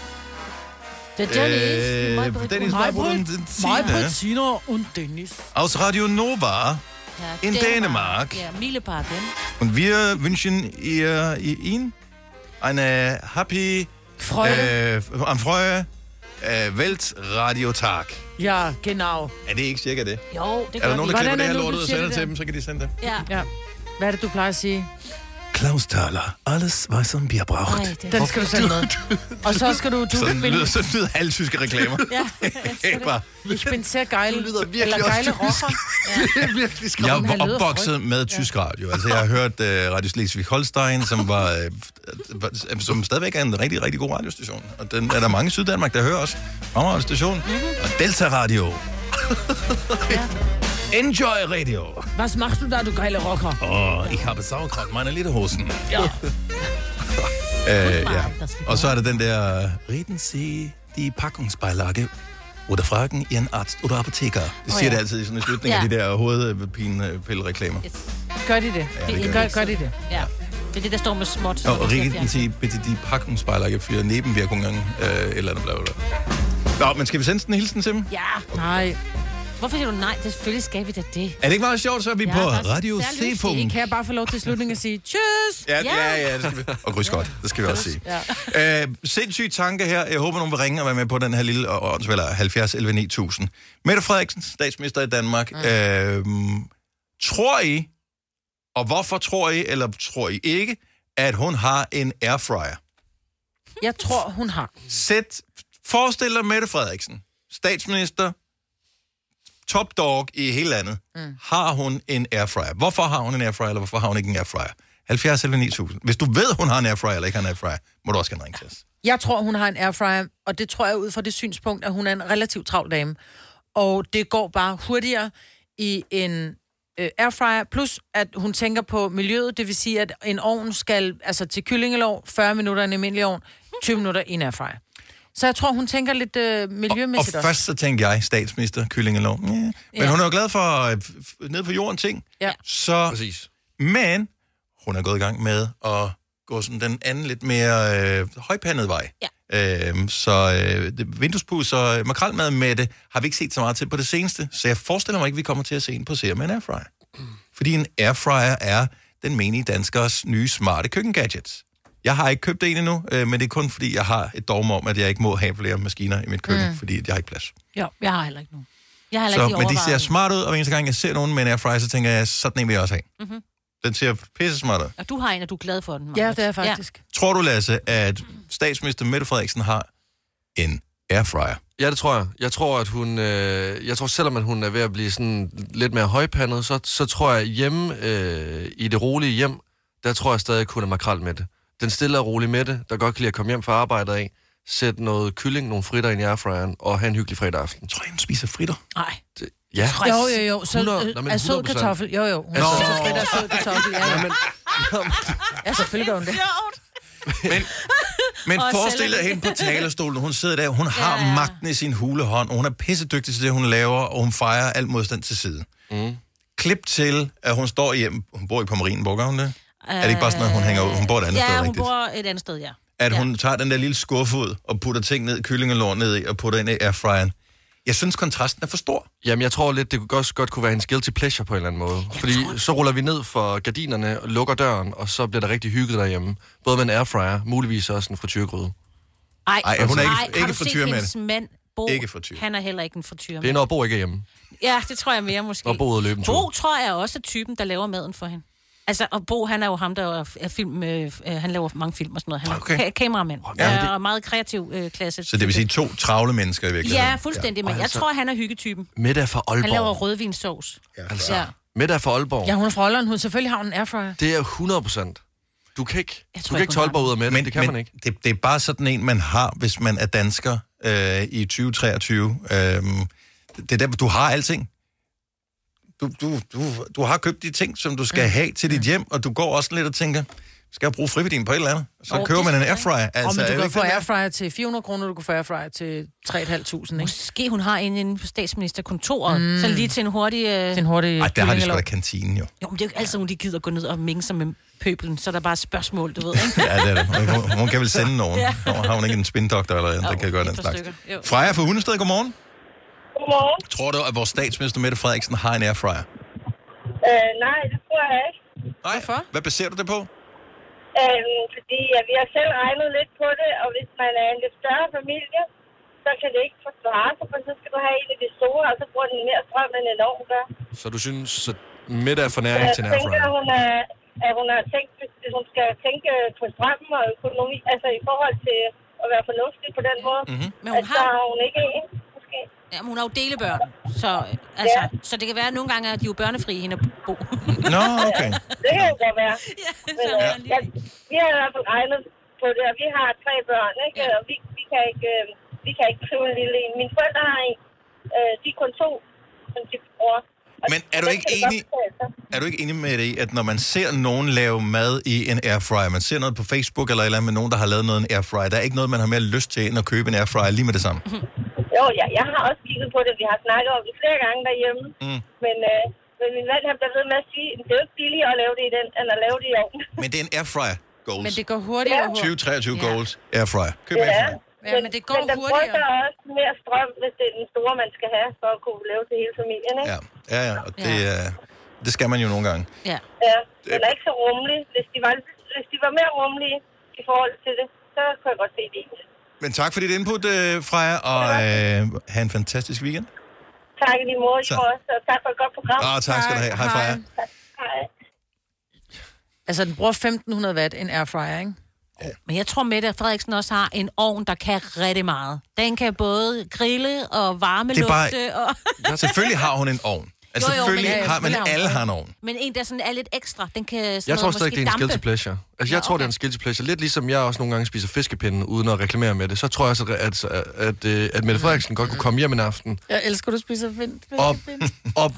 Dennis, Bettina und Dennis. Aus Radio Nova in Dänemark. Ja, Mileparken. Und wir wünschen Ihnen eine happy... Freude. Weltradiotag. Ja, genau. Er det ikke cirka det? Jo, det er der nogen, der klipper det her nu, lortet og sender til dem, så kan de sende det? Ja. Hvad er det, du plejer at sige? Klaus Thaler. Alles, was som wir braucht. Den skal du sende med. Og så skal du... Sådan lyder alle tyske reklamer. Ja. Ich bin sehr geil. Det lyder virkelig eller geile rocker. Det er virkelig skræmt. Jeg var opvokset med tysk radio. Altså, jeg har hørt Radio Slesvig-Holstein, som stadigvæk er en rigtig, rigtig god radiostation. Og den er der mange i Syddanmark, der hører også. Fremragende station. Og Delta Radio. Enjoy Radio. Was machst du da, du geile rocker? Ich habe Sauerkraut, meine Lederhosen. Ja. Ja. Og så er der den der, reden Sie die Packungsbeilage oder fragen Ihren Arzt oder Apotheker. Det siger det altid i sådan en slutning af de der hovedpinepille-reklamer. Yes. Gør de det? Gør de det? Ja. Det er det, der står med småt. Og reden Sie bitte die Packungsbeilage für Nebenwirkungen, eller andet bla. Nå, men skal vi sende sådan en hilsen til dem? Ja. Nej. Hvorfor siger du nej? Det selvfølgelig skal vi da det. Er det ikke meget sjovt, så er vi på Radio Seefunk? Kan jeg bare få lov til slutningen at sige tjøs? Ja, det skal vi. Og grys godt, det skal vi også sige. Ja. Sindssyg tanke her. Jeg håber, nogen vil ringe og være med på den her lille åndsvælder 70 11 9000. Mette Frederiksen, statsminister i Danmark. Tror I, og hvorfor tror I, eller tror I ikke, at hun har en airfryer? Jeg tror, hun har. Forestil dig Mette Frederiksen, statsminister, top dog i hele landet. Har hun en airfryer? Hvorfor har hun en airfryer, eller hvorfor har hun ikke en airfryer? 70 11 9000. Hvis du ved, hun har en airfryer eller ikke har en airfryer, må du også gerne ringe til os. Jeg tror, hun har en airfryer, og det tror jeg ud fra det synspunkt, at hun er en relativt travl dame. Og det går bare hurtigere i en airfryer, plus at hun tænker på miljøet, det vil sige, at en ovn skal, altså til kyllingelov, 40 minutter i en almindelig ovn, 20 minutter i en airfryer. Så jeg tror, hun tænker lidt miljømæssigt og også. Først så tænkte jeg, statsminister, kyllingelov. Ja. Men hun er jo glad for nede på jorden ting. Ja. Så, præcis. Men hun er gået i gang med at gå sådan den anden lidt mere højpandet vej. Ja. Vinduespus og makrelmad med det har vi ikke set så meget til på det seneste. Så jeg forestiller mig ikke, vi kommer til at se en på serie med en airfryer. Fordi en airfryer er den menige danskers nye smarte køkkengadgets. Jeg har ikke købt en endnu, men det er kun fordi, jeg har et dogme om, at jeg ikke må have flere maskiner i mit køkken, fordi jeg har ikke plads. Ja, jeg har heller ikke nogen. Jeg har heller ikke men de ser smart ud, og hver eneste gang, jeg ser nogen med en airfryer, så tænker jeg, sådan en vil jeg også have. Mm-hmm. Den ser pisse smart ud. Og du har en, og du er glad for den, Marcus. Ja, det er faktisk. Ja. Tror du, Lasse, at statsminister Mette Frederiksen har en airfryer? Ja, det tror jeg. Jeg tror, at hun... jeg tror, selvom at hun er ved at blive sådan lidt mere højpandet, så tror jeg hjemme i det rolige hjem, der tror jeg stadig, at hun er makrel med det. den stille og rolige Mette, der godt kan lide at komme hjem fra arbejdet af, sætte noget kylling, nogle fritter ind i airfryeren, og have en hyggelig fredag aften. Tror jeg, hun spiser fritter? Nej. Ja. Jo. Så, sød kartoffel. Jo. Hun spiser fritter og sød kartoffel. Ja. Ja, selvfølgelig gør hun det. Men forestil dig hende på talerstolen. Hun sidder der, hun har magten i sin hulehånd, og hun er pissedygtig til det, hun laver, og hun fejrer alt modstand til side. Klip til, at hun står hjemme. Hun bor ikke på Marienborg, gør hun det? Er det ikke bare sådan, at hun hænger ud? Hun bor et andet sted, rigtigt? rigtigt? Ja, hun bor et andet sted, ja. At hun tager den der lille skuffe ud, og putter ting ned, kyllingelår ned i, og putter ind i airfryeren. Jeg synes, kontrasten er for stor. Jamen, jeg tror lidt, det godt kunne være hendes guilty pleasure på en eller anden måde. Fordi så ruller vi ned for gardinerne og lukker døren, og så bliver der rigtig hygget derhjemme. Både med en airfryer, muligvis også en frityrgryde. Ej, hun er ikke frityr med det. Mand, Bo, ikke frityr. Han er heller ikke en frityr. Det er når Bo ikke er hjemme. Ja, det tror jeg mere måske. Når Bo ud og løbe en tur. Bo tror jeg også er typen, der laver maden for hende. Altså, og Bo, han er jo ham, der er film, han laver mange film og sådan noget. Han er kameramand. Ja, og meget kreativ klasse. Så det vil sige 2 travle mennesker i virkeligheden? Ja, fuldstændig, men jeg tror, han er hyggetypen. Mette er fra Aalborg. Han laver rødvinssovs. Altså, Mette er fra Aalborg. Ja, hun er fra Aalborg. Hun selvfølgelig har en airfryer. Det er 100%. Du kan ikke tage Aalborg ud af Mette, det kan man ikke. Det er bare sådan en, man har, hvis man er dansker i 2023. Det er der, du har alting. Du har købt de ting, som du skal have til dit hjem, og du går også lidt og tænker, skal jeg bruge friværdien på et eller andet? Så køber man en airfryer. Altså, men du kan få airfryer til 400 kroner, du kan få airfryer til 3.500, ikke? Måske hun har en inde på statsministerkontoret, så lige til en hurtig... Ej, der har de sgu da kantinen, jo. Jo, men det er jo ikke altid, hun de gider gå ned og minge sig med pøbelen, så er der bare et spørgsmål, du ved, ikke? Ja, det er det. Hun kan vel sende nogen. Har hun ikke en spindoktor eller andet, der kan gøre den slags. Freja fra Hundested, godmorgen. Godmorgen. Tror du, at vores statsminister Mette Frederiksen har en airfryer? Nej, det tror jeg ikke. Nej, hvorfor? Hvad baserer du det på? Fordi vi har selv regnet lidt på det, og hvis man er en lidt større familie, så kan det ikke forsvare sig, for så skal du have en af de store, og så bruger den mere strøm, end en ovn gør. Så du synes, at Mette er for næring til en airfryer? Jeg tænker, at hun har tænkt, hvis hun skal tænke på strømmen og økonomi, altså i forhold til at være fornuftig på den måde, Men hun så har hun ikke en. Ja, men hun har jo delebørn, så det kan være, at nogle gange er de jo børnefrie hende at bo. Nå, okay. Det kan jo godt være. Men, vi har i hvert fald regnet på det, og vi har 3 børn, ikke? Og vi kan ikke købe en lille en. Mine forældre har en. De er kun 2, som de bruger. Men er du ikke enig med det i, at når man ser nogen lave mad i en airfryer, man ser noget på Facebook eller et eller andet med nogen, der har lavet noget i en airfryer, der er ikke noget, man har mere lyst til, end at købe en airfryer lige med det samme? Jo, ja, jeg har også kigget på det. Vi har snakket om det flere gange derhjemme. Men min mand har blevet ved med at sige, at det er jo ikke billigere at lave det i den, end at lave det i ovnen. Men det er en airfryer goals. Men det går hurtigere. 2023 goals airfryer. Køb airfryer. Ja, men det går hurtigere. Men den bruger også mere strøm, hvis det er den store, man skal have, for at kunne lave til hele familien, ikke? Ja, og det skal man jo nogle gange. Ja, den er ikke så rummelig. Hvis de var mere rummelige i forhold til det, så kunne jeg godt se det. Men tak for dit input, Freja, og have en fantastisk weekend. Tak i lige måde, og tak for et godt program. Tak skal du have. Hej, Freja. Hej. Altså, den bruger 1.500 watt, en airfryer, ikke? Ja. Men jeg tror, Mette Frederiksen også har en ovn, der kan rigtig meget. Den kan både grille og varmelufte. Og... Selvfølgelig har hun en ovn. Altså, selvfølgelig har man alle har en ovn. Men en, der sådan er lidt ekstra, den kan jeg tror stadig, det er en guilty pleasure. Altså, jeg tror, det er en guilty pleasure. Lidt ligesom jeg også nogle gange spiser fiskepinde, uden at reklamere med det. Så tror jeg også, at Mette Frederiksen godt kunne komme hjem en aften. Jeg elsker, du spiser fiskepinde.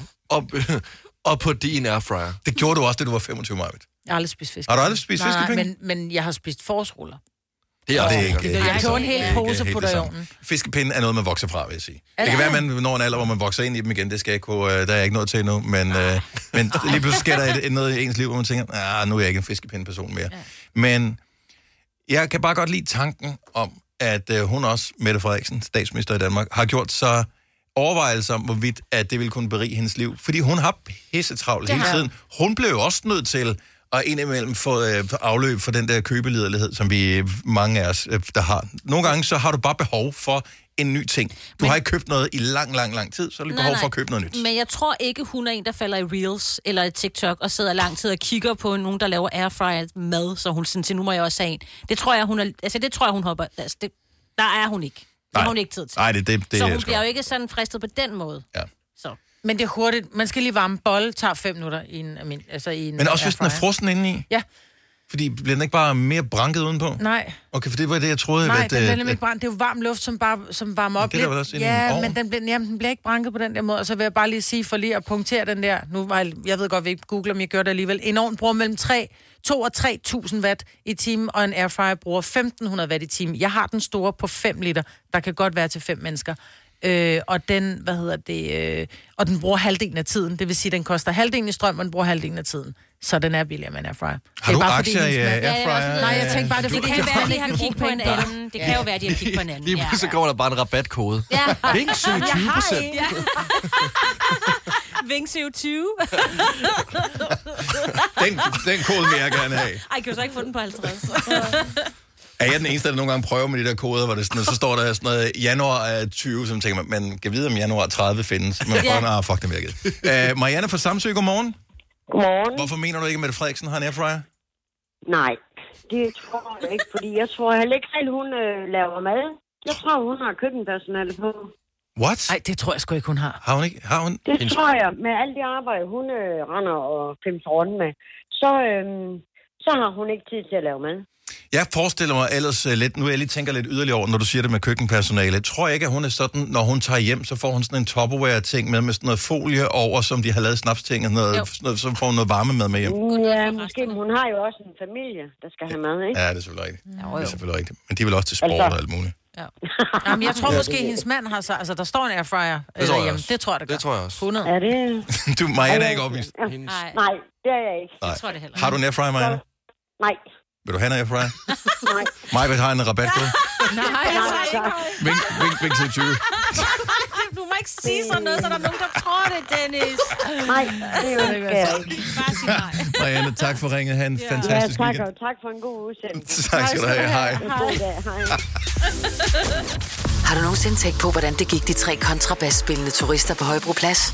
Og på din airfryer. Det gjorde du også, da du var 25, Marvitt. Jeg har aldrig spist fiskepinde. Har du aldrig spist fiskepinde? Nej, men jeg har spist forårsruller. Det er ikke. Jeg køber en hel pose på dig i ovnen. Fiskepinde er noget, man vokser fra, vil jeg sige. Det kan være, at man når en alder, hvor man vokser ind i dem igen. Det skal jeg ikke kunne, der er jeg ikke noget til endnu. Men lige pludselig sker der noget i ens liv, hvor man tænker, nu er jeg ikke en fiskepinde-person mere. Men jeg kan bare godt lide tanken om, at hun også, Mette Frederiksen, statsminister i Danmark, har gjort så overvejelser om, hvorvidt at det ville kunne berige hendes liv. Fordi hun har pissetravlt hele tiden. Hun blev jo også nødt til og indimellem få afløb for den der købeliderlighed, som vi mange af os, der har. Nogle gange, så har du bare behov for en ny ting. Du har ikke købt noget i lang tid, så har du behov for at købe noget nyt. Men jeg tror ikke, hun er en, der falder i Reels eller i TikTok og sidder lang tid og kigger på nogen, der laver airfryer mad, så hun sådan til, nu må jeg også have en. Det tror jeg, hun hopper. Altså, der er hun ikke. Det har hun ikke tid til. Nej, det så hun bliver jo ikke sådan fristet på den måde. Ja. Så. Men det er hurtigt. Man skal lige varme bolle, tager 5 minutter i en Men også hvis den er frossen indeni? Ja. Fordi bliver den ikke bare mere branket udenpå? Nej. Okay, for det var det, jeg troede. Nej, at, den bliver nemlig ikke brændt. Det er jo varm luft, som varmer op det lidt. Det også ja, men den bliver ikke branket på den der måde. Og så vil jeg bare lige sige, for lige at punktere den der. Nu var jeg ved godt, vi ikke googler, men jeg gør det alligevel. En ovn bruger mellem 2 og 3.000 watt i timen, og en airfryer bruger 1.500 watt i timen. Jeg har den store på 5 liter. Der kan godt være til 5 mennesker. Og den, og den bruger halvdelen af tiden. Det vil sige, den koster halvdelen i strøm, og den bruger halvdelen af tiden. Så den er billigere med en airfryer. Har du aktier i airfryer? Nej, jeg tænker bare, det kan være, at de har kigget på en anden. Det kan jo være, at de har kigget på en anden. Lige pludselig kommer der bare en rabatkode. Ja. Vingsø 20%. Vingsø 20. Den kode vil jeg gerne have. Ej, kan du så ikke få den på 50? Er jeg den eneste, der nogle gange prøver med de der koder, hvor det sådan, så står der sådan noget januar 20, som tænker man kan vide, om januar 30 findes. Men fuck, den virkede. Marianne fra Samsø, godmorgen. Godmorgen. Hvorfor mener du ikke, at Mette Frederiksen har en airfryer? Nej, det tror jeg ikke, fordi jeg tror heller ikke selv, hun laver mad. Jeg tror, hun har køkkenpersonale på. What? Nej, det tror jeg sgu ikke, hun har. Har hun ikke? Har hun? Det tror jeg. Med alt det arbejde, hun render og femser rundt med, så har hun ikke tid til at lave mad. Jeg forestiller mig ellers lidt, nu jeg lige tænker lidt yderligere over, når du siger det med køkkenpersonale. Tror jeg ikke, at hun er sådan, når hun tager hjem, så får hun sådan en Tupperware-ting med sådan noget folie over, som de har lavet snapsting, og så får hun noget varme med hjem. Ja, måske, men hun har jo også en familie, der skal have mad, ikke? Ja, det er selvfølgelig rigtigt. Det er selvfølgelig rigtigt. Men de er vel også til sport og alt muligt. Ja. Jamen, jeg tror måske, hendes mand har så... Altså, der står en airfryer derhjemme. Det tror jeg, det gør. Det tror jeg også. 100. Er det... Du, Marianne er ikke opvist. Nej, det er jeg ikke. Nej. Jeg tror det heller. Har du en airfryer, Marianne? Nej. Vil du have en airfryer? Nej. Maja har en rabatkode. Nej, Vink til 20. Du må ikke sige sådan noget, så der er nogen, der tror det, Dennis. Nej, det er jo ikke. Bare sig nej. Marianne, tak for ringet. Ha' en fantastisk weekend. Og tak for en god udsendelse. Tak skal du have. Hej. Hej. Har du nogensinde tænkt på, hvordan det gik de 3 kontrabasspillende turister på Højbroplads?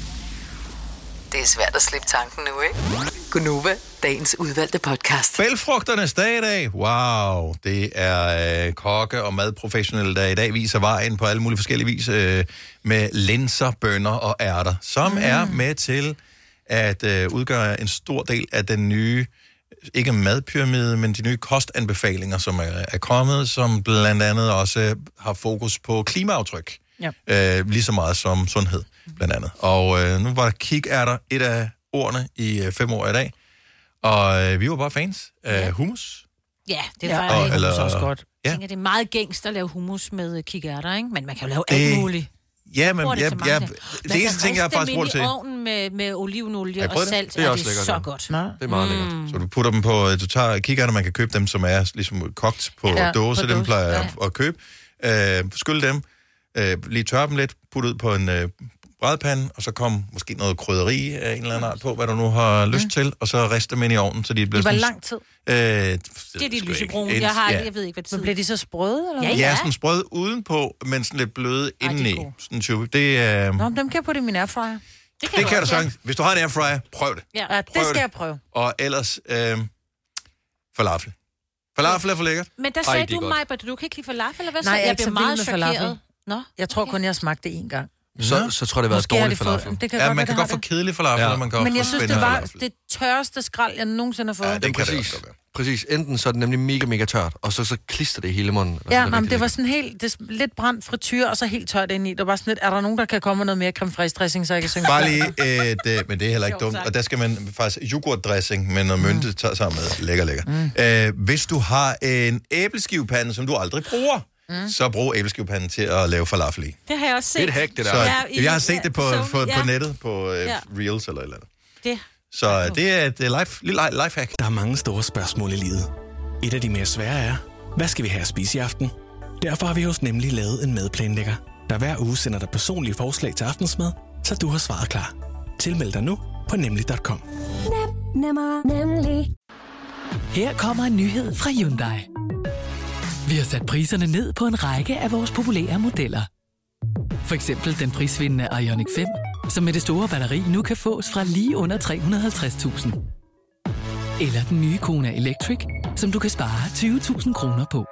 Det er svært at slippe tanken nu, ikke? Gunova, dagens udvalgte podcast. Bælfrugternes dag i dag. Wow, det er kokke og madprofessionelle, der i dag viser vejen på alle mulige forskellige vis med linser, bønner og ærter, som er med til at udgøre en stor del af den nye, ikke madpyramide, men de nye kostanbefalinger, som er kommet, som blandt andet også har fokus på klimaaftryk. Ja. Lige så meget som sundhed, blandt andet. Og nu var kikærter et af ordene i 5 år i dag. Og vi var bare fans af hummus. Ja, det er faktisk hummus også godt. Jeg tænker, det er meget gængst at lave hummus med kikærter, ikke? Men man kan jo lave alt muligt. Ja, men det eneste ting, jeg har faktisk brugt til... Man kan riste dem i ovnen med olivenolie og salt, det er også lækkert, så godt. Det er meget lækkert. Så du putter dem på... Du tager kikærter, man kan købe dem, som er ligesom kogt på dåse. Dem plejer jeg at købe. Skyld dem. Lige tørre dem lidt. Putte ud på en brædpande, og så kom måske noget krydderi af en eller anden art på, hvad du nu har lyst til, og så riste dem ind i ovnen, så de bliver sådan... Det var lang tid? Det er de lysebrune. Jeg ved ikke, hvad tid. Men bliver de så sprøde, eller? Ja, sådan sprøde udenpå, men sådan lidt bløde indeni. Sådan det er... Nå, dem kan jeg putte i min airfryer. Det kan du sagtens. Hvis du har en airfryer, prøv det. Ja, det skal jeg prøve. Og ellers falafel. Falafel er for lækkert. Men der sagde du, Maja, du kan ikke lide falafel, eller hvad? Nej, jeg bliver meget chokeret. Nå, jeg tror kun, jeg smagte det 1 gang. Så tror jeg, det har været dårlig falafel. Man kan godt få kedelig falafel, man kan men jeg synes, det var det tørreste skrald, jeg nogensinde har fået. Ja, det kan det også være. Præcis. Enten så er det nemlig mega, mega tørt, og så klister det i hele munden. Ja, men det var sådan helt, lidt brændt frityr, og så helt tørt indeni. Det var sådan lidt, er der nogen, der kan komme med noget mere creme fraiche dressing, så jeg kan synge? Bare lige, men det er heller ikke dumt. Og der skal man faktisk yoghurtdressing med noget mynte tager sammen med. Lækker. Hvis du har en æbleskivepande, som du aldrig bruger, så brug æbleskivepanden til at lave falafel i. Det har jeg også set. Det er et hack, det der. Så, jeg har set det på nettet, på Reels eller et eller andet. Det. Så det er et lille lifehack. Der er mange store spørgsmål i livet. Et af de mere svære er, hvad skal vi have at spise i aften? Derfor har vi hos Nemlig lavet en madplanlægger, der hver uge sender dig personlige forslag til aftensmad, så du har svaret klar. Tilmeld dig nu på nemlig.com. Nemlig. Her kommer en nyhed fra Hyundai. Vi har sat priserne ned på en række af vores populære modeller. For eksempel den prisvindende Ioniq 5, som med det store batteri nu kan fås fra lige under 350.000. Eller den nye Kona Electric, som du kan spare 20.000 kroner på.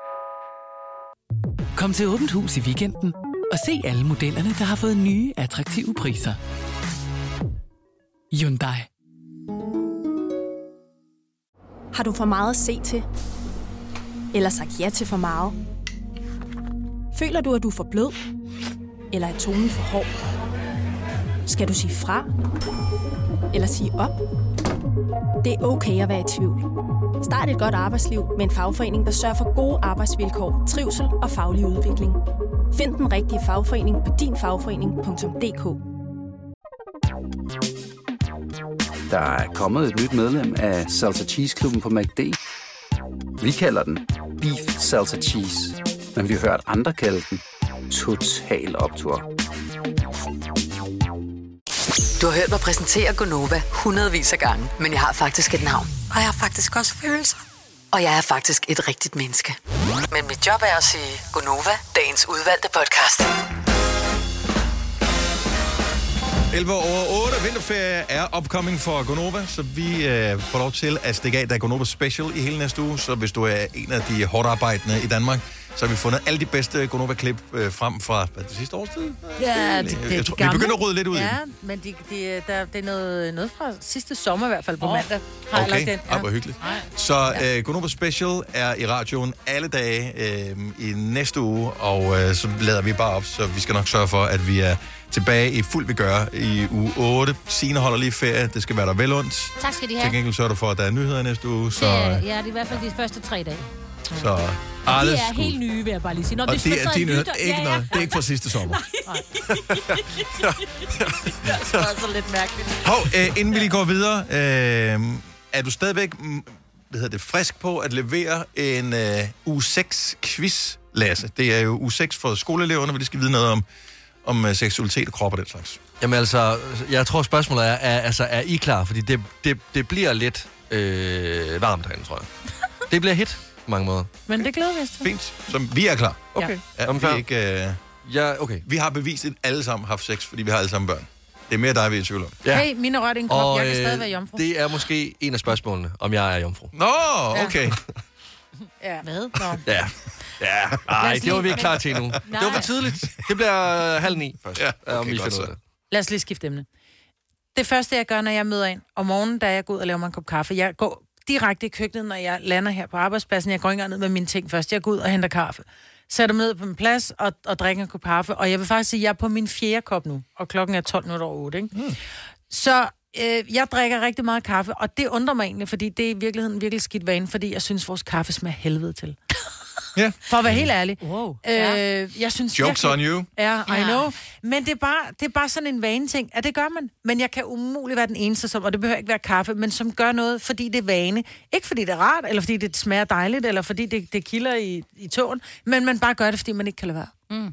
Kom til Åbent Hus i weekenden og se alle modellerne, der har fået nye, attraktive priser. Hyundai. Har du for meget at se til? Eller sagt ja til for meget? Føler du, at du er for blød? Eller er tonen for hård? Skal du sige fra? Eller sige op? Det er okay at være i tvivl. Start et godt arbejdsliv med en fagforening, der sørger for gode arbejdsvilkår, trivsel og faglig udvikling. Find den rigtige fagforening på dinfagforening.dk. Der er kommet et nyt medlem af Salsa Cheese Klubben på McD. Vi kalder den Beef Salsa Cheese, men vi har hørt andre kalde den Total Optur. Du har hørt mig præsentere Gonova hundredvis af gange, men jeg har faktisk et navn. Og jeg har faktisk også følelser. Og jeg er faktisk et rigtigt menneske. Men mit job er at sige Gonova, dagens udvalgte podcast. 11 over 8. Vinterferie er upcoming for Gonova, så vi får lov til at stikke af. Der er Gonova Special i hele næste uge, så hvis du er en af de hårdt arbejdende i Danmark, så har vi fundet alle de bedste Gonova-klip frem fra det sidste års tid. Ja, vi begynder at rydde lidt ud i ja, den. men det er noget fra sidste sommer i hvert fald på mandag. Har jeg lagt den. Okay, hvor hyggeligt. Så Gonova Special er i radioen alle dage i næste uge, og så lader vi bare op, så vi skal nok sørge for, at vi er tilbage i fuld vi gør i uge 8. Signe holder lige ferie. Det skal være der vel ondt. Tak skal de have. Til gengæld sørger du for, at der er nyheder næste uge. Så, ja, det er i hvert fald de første 3 dage. Så de er helt nye, vil jeg bare lige sige. Nå, og det er nyheder. Ikke noget. Det er ikke fra sidste sommer. Nej. Det er også lidt mærkeligt. Hov, inden vi lige går videre, er du stadigvæk frisk på at levere en uge 6 quiz, Lasse? Det er jo uge 6 for skoleeleverne, hvor de skal vide noget om seksualitet og krop og den slags. Jamen altså, jeg tror spørgsmålet er I klar? Fordi det bliver lidt varmt herinde, tror jeg. Det bliver hit på mange måder. Men det glæder vi os til. Fint, så vi er klar. Okay. Ja, vi er ikke, okay. Vi har bevist, at alle sammen har haft sex, fordi vi har alle sammen børn. Det er mere dig, vi er i tvivl om. Ja. Hey, mine rørt en krop, jeg kan stadig være jomfru. Det er måske en af spørgsmålene, om jeg er jomfru. Nå, okay. Ja. Hvad? Nå. Ja. Nej, det var vi ikke klar til endnu. Det var for tidligt. Det bliver 8:30 først. Ja, okay, godt så. Lad os lige skifte emne. Det første, jeg gør, når jeg møder en, om morgenen, da jeg går ud og laver mig en kop kaffe, jeg går direkte i køkkenet, når jeg lander her på arbejdspladsen. Jeg går ikke engang ned med mine ting først. Jeg går ud og henter kaffe. Sætter mig ned på min plads og drikker en kop kaffe. Og jeg vil faktisk sige, at jeg er på min 4. kop nu. Og klokken er 8:12, ikke? Så jeg drikker rigtig meget kaffe, og det undrer mig egentlig, fordi det er i virkeligheden virkelig skidt vane, fordi jeg synes, vores kaffe smager helvede til. Ja. For at være helt ærlig. Wow. Jeg synes jokes on you. Ja, I know. Men det er bare sådan en vane-ting, at det gør man. Men jeg kan umuligt være den eneste, som, og det behøver ikke være kaffe, men som gør noget, fordi det er vane. Ikke fordi det er rart, eller fordi det smager dejligt, eller fordi det kilder i tåen, men man bare gør det, fordi man ikke kan lade være.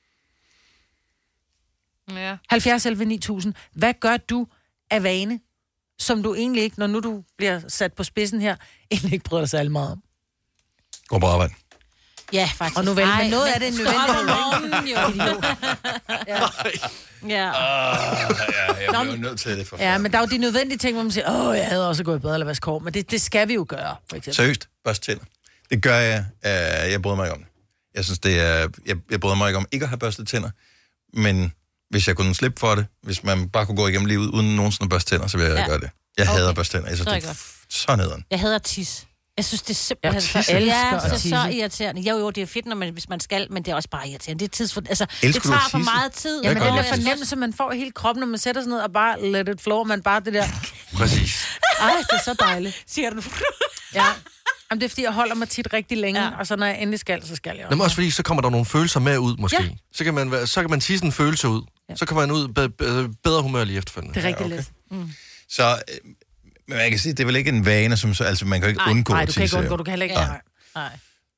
Ja. 70 11 9000. Hvad gør du af vane, som du egentlig ikke, når nu du bliver sat på spidsen her, egentlig ikke bryder dig særlig meget om? Gå på arbejde. Ja, faktisk. Og nu vel, men noget af det er nødvendigt. Ja. Jeg bliver nødt til det for Ja, men der er jo de nødvendige ting, hvor man siger, jeg havde også gået i bad eller vaske hår, men det skal vi jo gøre, for eksempel. Seriøst, børste tænder. Det gør jeg. Jeg bryder mig ikke om det. Jeg synes, det er... Jeg bryder mig ikke om ikke at have børstet tænder, men hvis jeg kunne slippe for det, hvis man bare kunne gå igennem livet uden nogensinde at børste tænder, så vil jeg gøre det. Jeg hader børste tænder. Jeg synes, det er så nederen. Jeg hader tis. Jeg synes, det er simpelthen så irriterende. Jo, det er fedt, hvis man skal, men det er også bare irriterende. Det er tidsfordriv. Det tager for meget tid. Jamen, den der fornemmelse, man får i hele kroppen, når man sætter sig ned og bare let it flow, man bare det der... Præcis. Ej, det er så dejligt. Siger du? Ja. Jamen, det er fordi, jeg holder mig tit rigtig længe, og så når jeg endelig skal, så skal jeg også. Jamen også fordi, så kommer der nogle følelser med ud, måske. Ja. Så kan man tisse en følelse ud. Ja. Så kommer man ud bedre humør lige efterfølgende. Det er rigtig let. Så... Men man kan sige, det er vel ikke en vane, som så, altså man kan jo ikke undgå Nej, du kan ikke undgå, du kan heller ikke. Nej.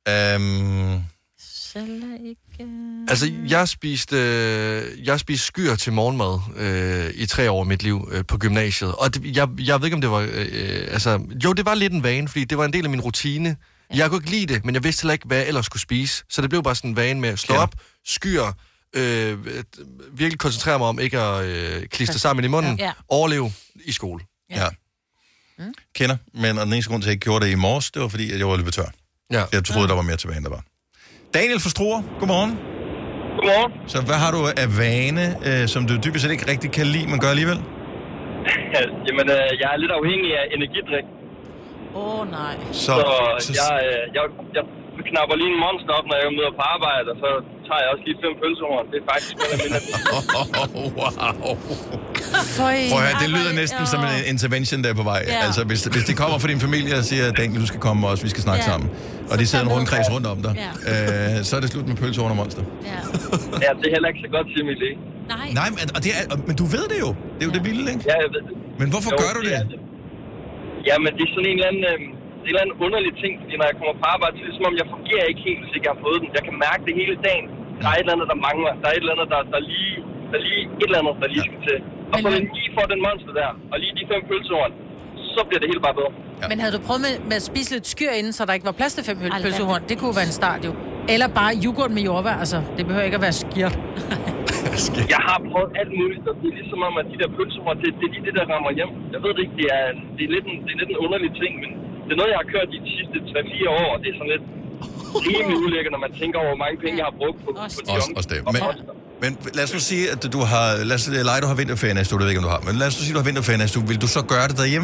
Altså, jeg spiste skyr til morgenmad i 3 år af mit liv på gymnasiet. Og jeg ved ikke, om det var... jo, det var lidt en vane, fordi det var en del af min rutine. Ja. Jeg kunne ikke lide det, men jeg vidste heller ikke, hvad jeg ellers skulle spise. Så det blev bare sådan en vane med at slå op, skyr, virkelig koncentrere mig om ikke at klistre sammen i munden, overleve i skole. Ja. Kender, men den eneste grund til, at jeg ikke gjorde det i morges, det var fordi, at jeg var lidt tør. Ja. Jeg troede, der var mere tilbage, end der var. Daniel fra Struer, godmorgen. Godmorgen. Så hvad har du af vane, som du dybest set ikke rigtig kan lide, men gør alligevel? Jamen, jeg er lidt afhængig af energidrik. Nej. Så jeg knapper lige en monster op, når jeg møder på arbejde, og så tager jeg også lige 5 pølsehorn. Det er faktisk mere eller mindre. Wow. Prøv at høre, det lyder næsten som en intervention, der er på vej. Ja. Altså, hvis de kommer fra din familie og siger, Daniel, du skal komme også, vi skal snakke sammen. Og de sidder en rundkreds rundt om dig. Så er det slut med pølsehorn og monster. Ja, det er heller ikke så godt til min idé. Nej, men du ved det jo. Det er jo det vilde, ikke? Ja, jeg ved det. Men hvorfor gør du det? Jamen, det er sådan en eller anden underlig ting, fordi når jeg kommer på arbejde, så er det som om, jeg fungerer ikke helt, hvis ikke jeg har fået den. Jeg kan mærke det hele dagen. Der er et eller andet, der mangler. Der er et eller andet, der lige et eller andet, der lige skal til. Og så lige får den monster der, og lige de 5 pølsehorn, så bliver det hele bare bedre. Ja. Men havde du prøvet med at spise lidt skyr inden, så der ikke var plads til 5 pølsehorn? Det kunne være en start jo. Eller bare yoghurt med jordbær, altså. Det behøver ikke at være skjert. Jeg har prøvet alt muligt, og det er ligesom om, at de der pølsehorn, det er lige det, der rammer hjem. Jeg ved det ikke, det er lidt en underlig ting, men det er noget, jeg har kørt de sidste 3-4 år, og det er sådan lidt rimelig ulækkert, når man tænker over, hvor mange penge, jeg har brugt på de også det. Men lad os nu sige, at du har... Lad os lege, du har vinterferie næste uge, du ved ikke, om du har. Men lad os nu sige, at du har vinterferie næste uge. Vil du så gøre det derhjemme?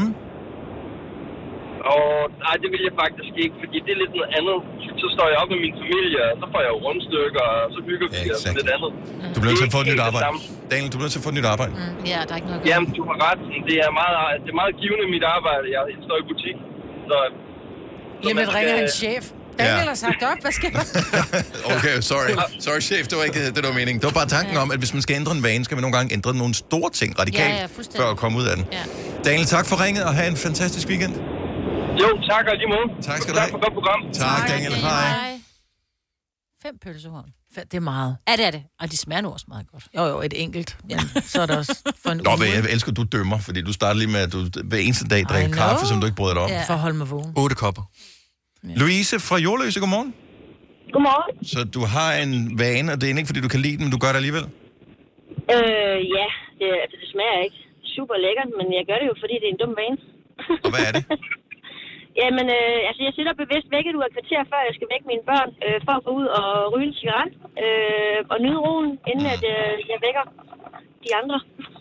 Nej, det vil jeg faktisk ikke, fordi det er lidt noget andet. Så står jeg op med min familie, og så får jeg jo rundstykker, og så bygger vi og lidt andet. Du bliver nødt til at få et nyt arbejde. Daniel, du bliver nødt til at få et nyt arbejde. Ja, der er ikke noget at gøre. Jamen, du har ret. Det er meget givende mit arbejde. Jeg står i butik, så Jamen, ringer hans chef. Daniel har sagt op, hvad sker der? Okay, sorry chef, det var ikke det, der var meningen. Det var bare tanken om, at hvis man skal ændre en vane, skal man nogle gange ændre nogle store ting radikalt, før at komme ud af den. Ja. Daniel, tak for ringet, og have en fantastisk weekend. Jo, tak og lige måde. Tak skal du have. Tak for godt program. Tak, Daniel. Hej. 5 pølsehorn. Det er meget. Ja, det er det. Og de smager nu også meget godt. Jo, et enkelt. Ja. Så er det også for en uge. Jeg elsker, at du dømmer, fordi du starter lige med, at du hver eneste dag drikker kaffe, som du ikke bryder dig om. Ja. For at holde mig vågen. 8 kopper. Ja. Louise fra Jordløse, godmorgen. Godmorgen. Så du har en vane, og det er ikke, fordi du kan lide den, men du gør det alligevel? Ja, det smager ikke super lækkert, men jeg gør det jo, fordi det er en dum vane. Og hvad er det? Jamen, jeg sætter bevidst væk et kvarter, før jeg skal vække mine børn, for at gå ud og ryge en cigaret, og nyde roen, inden at jeg vækker de andre.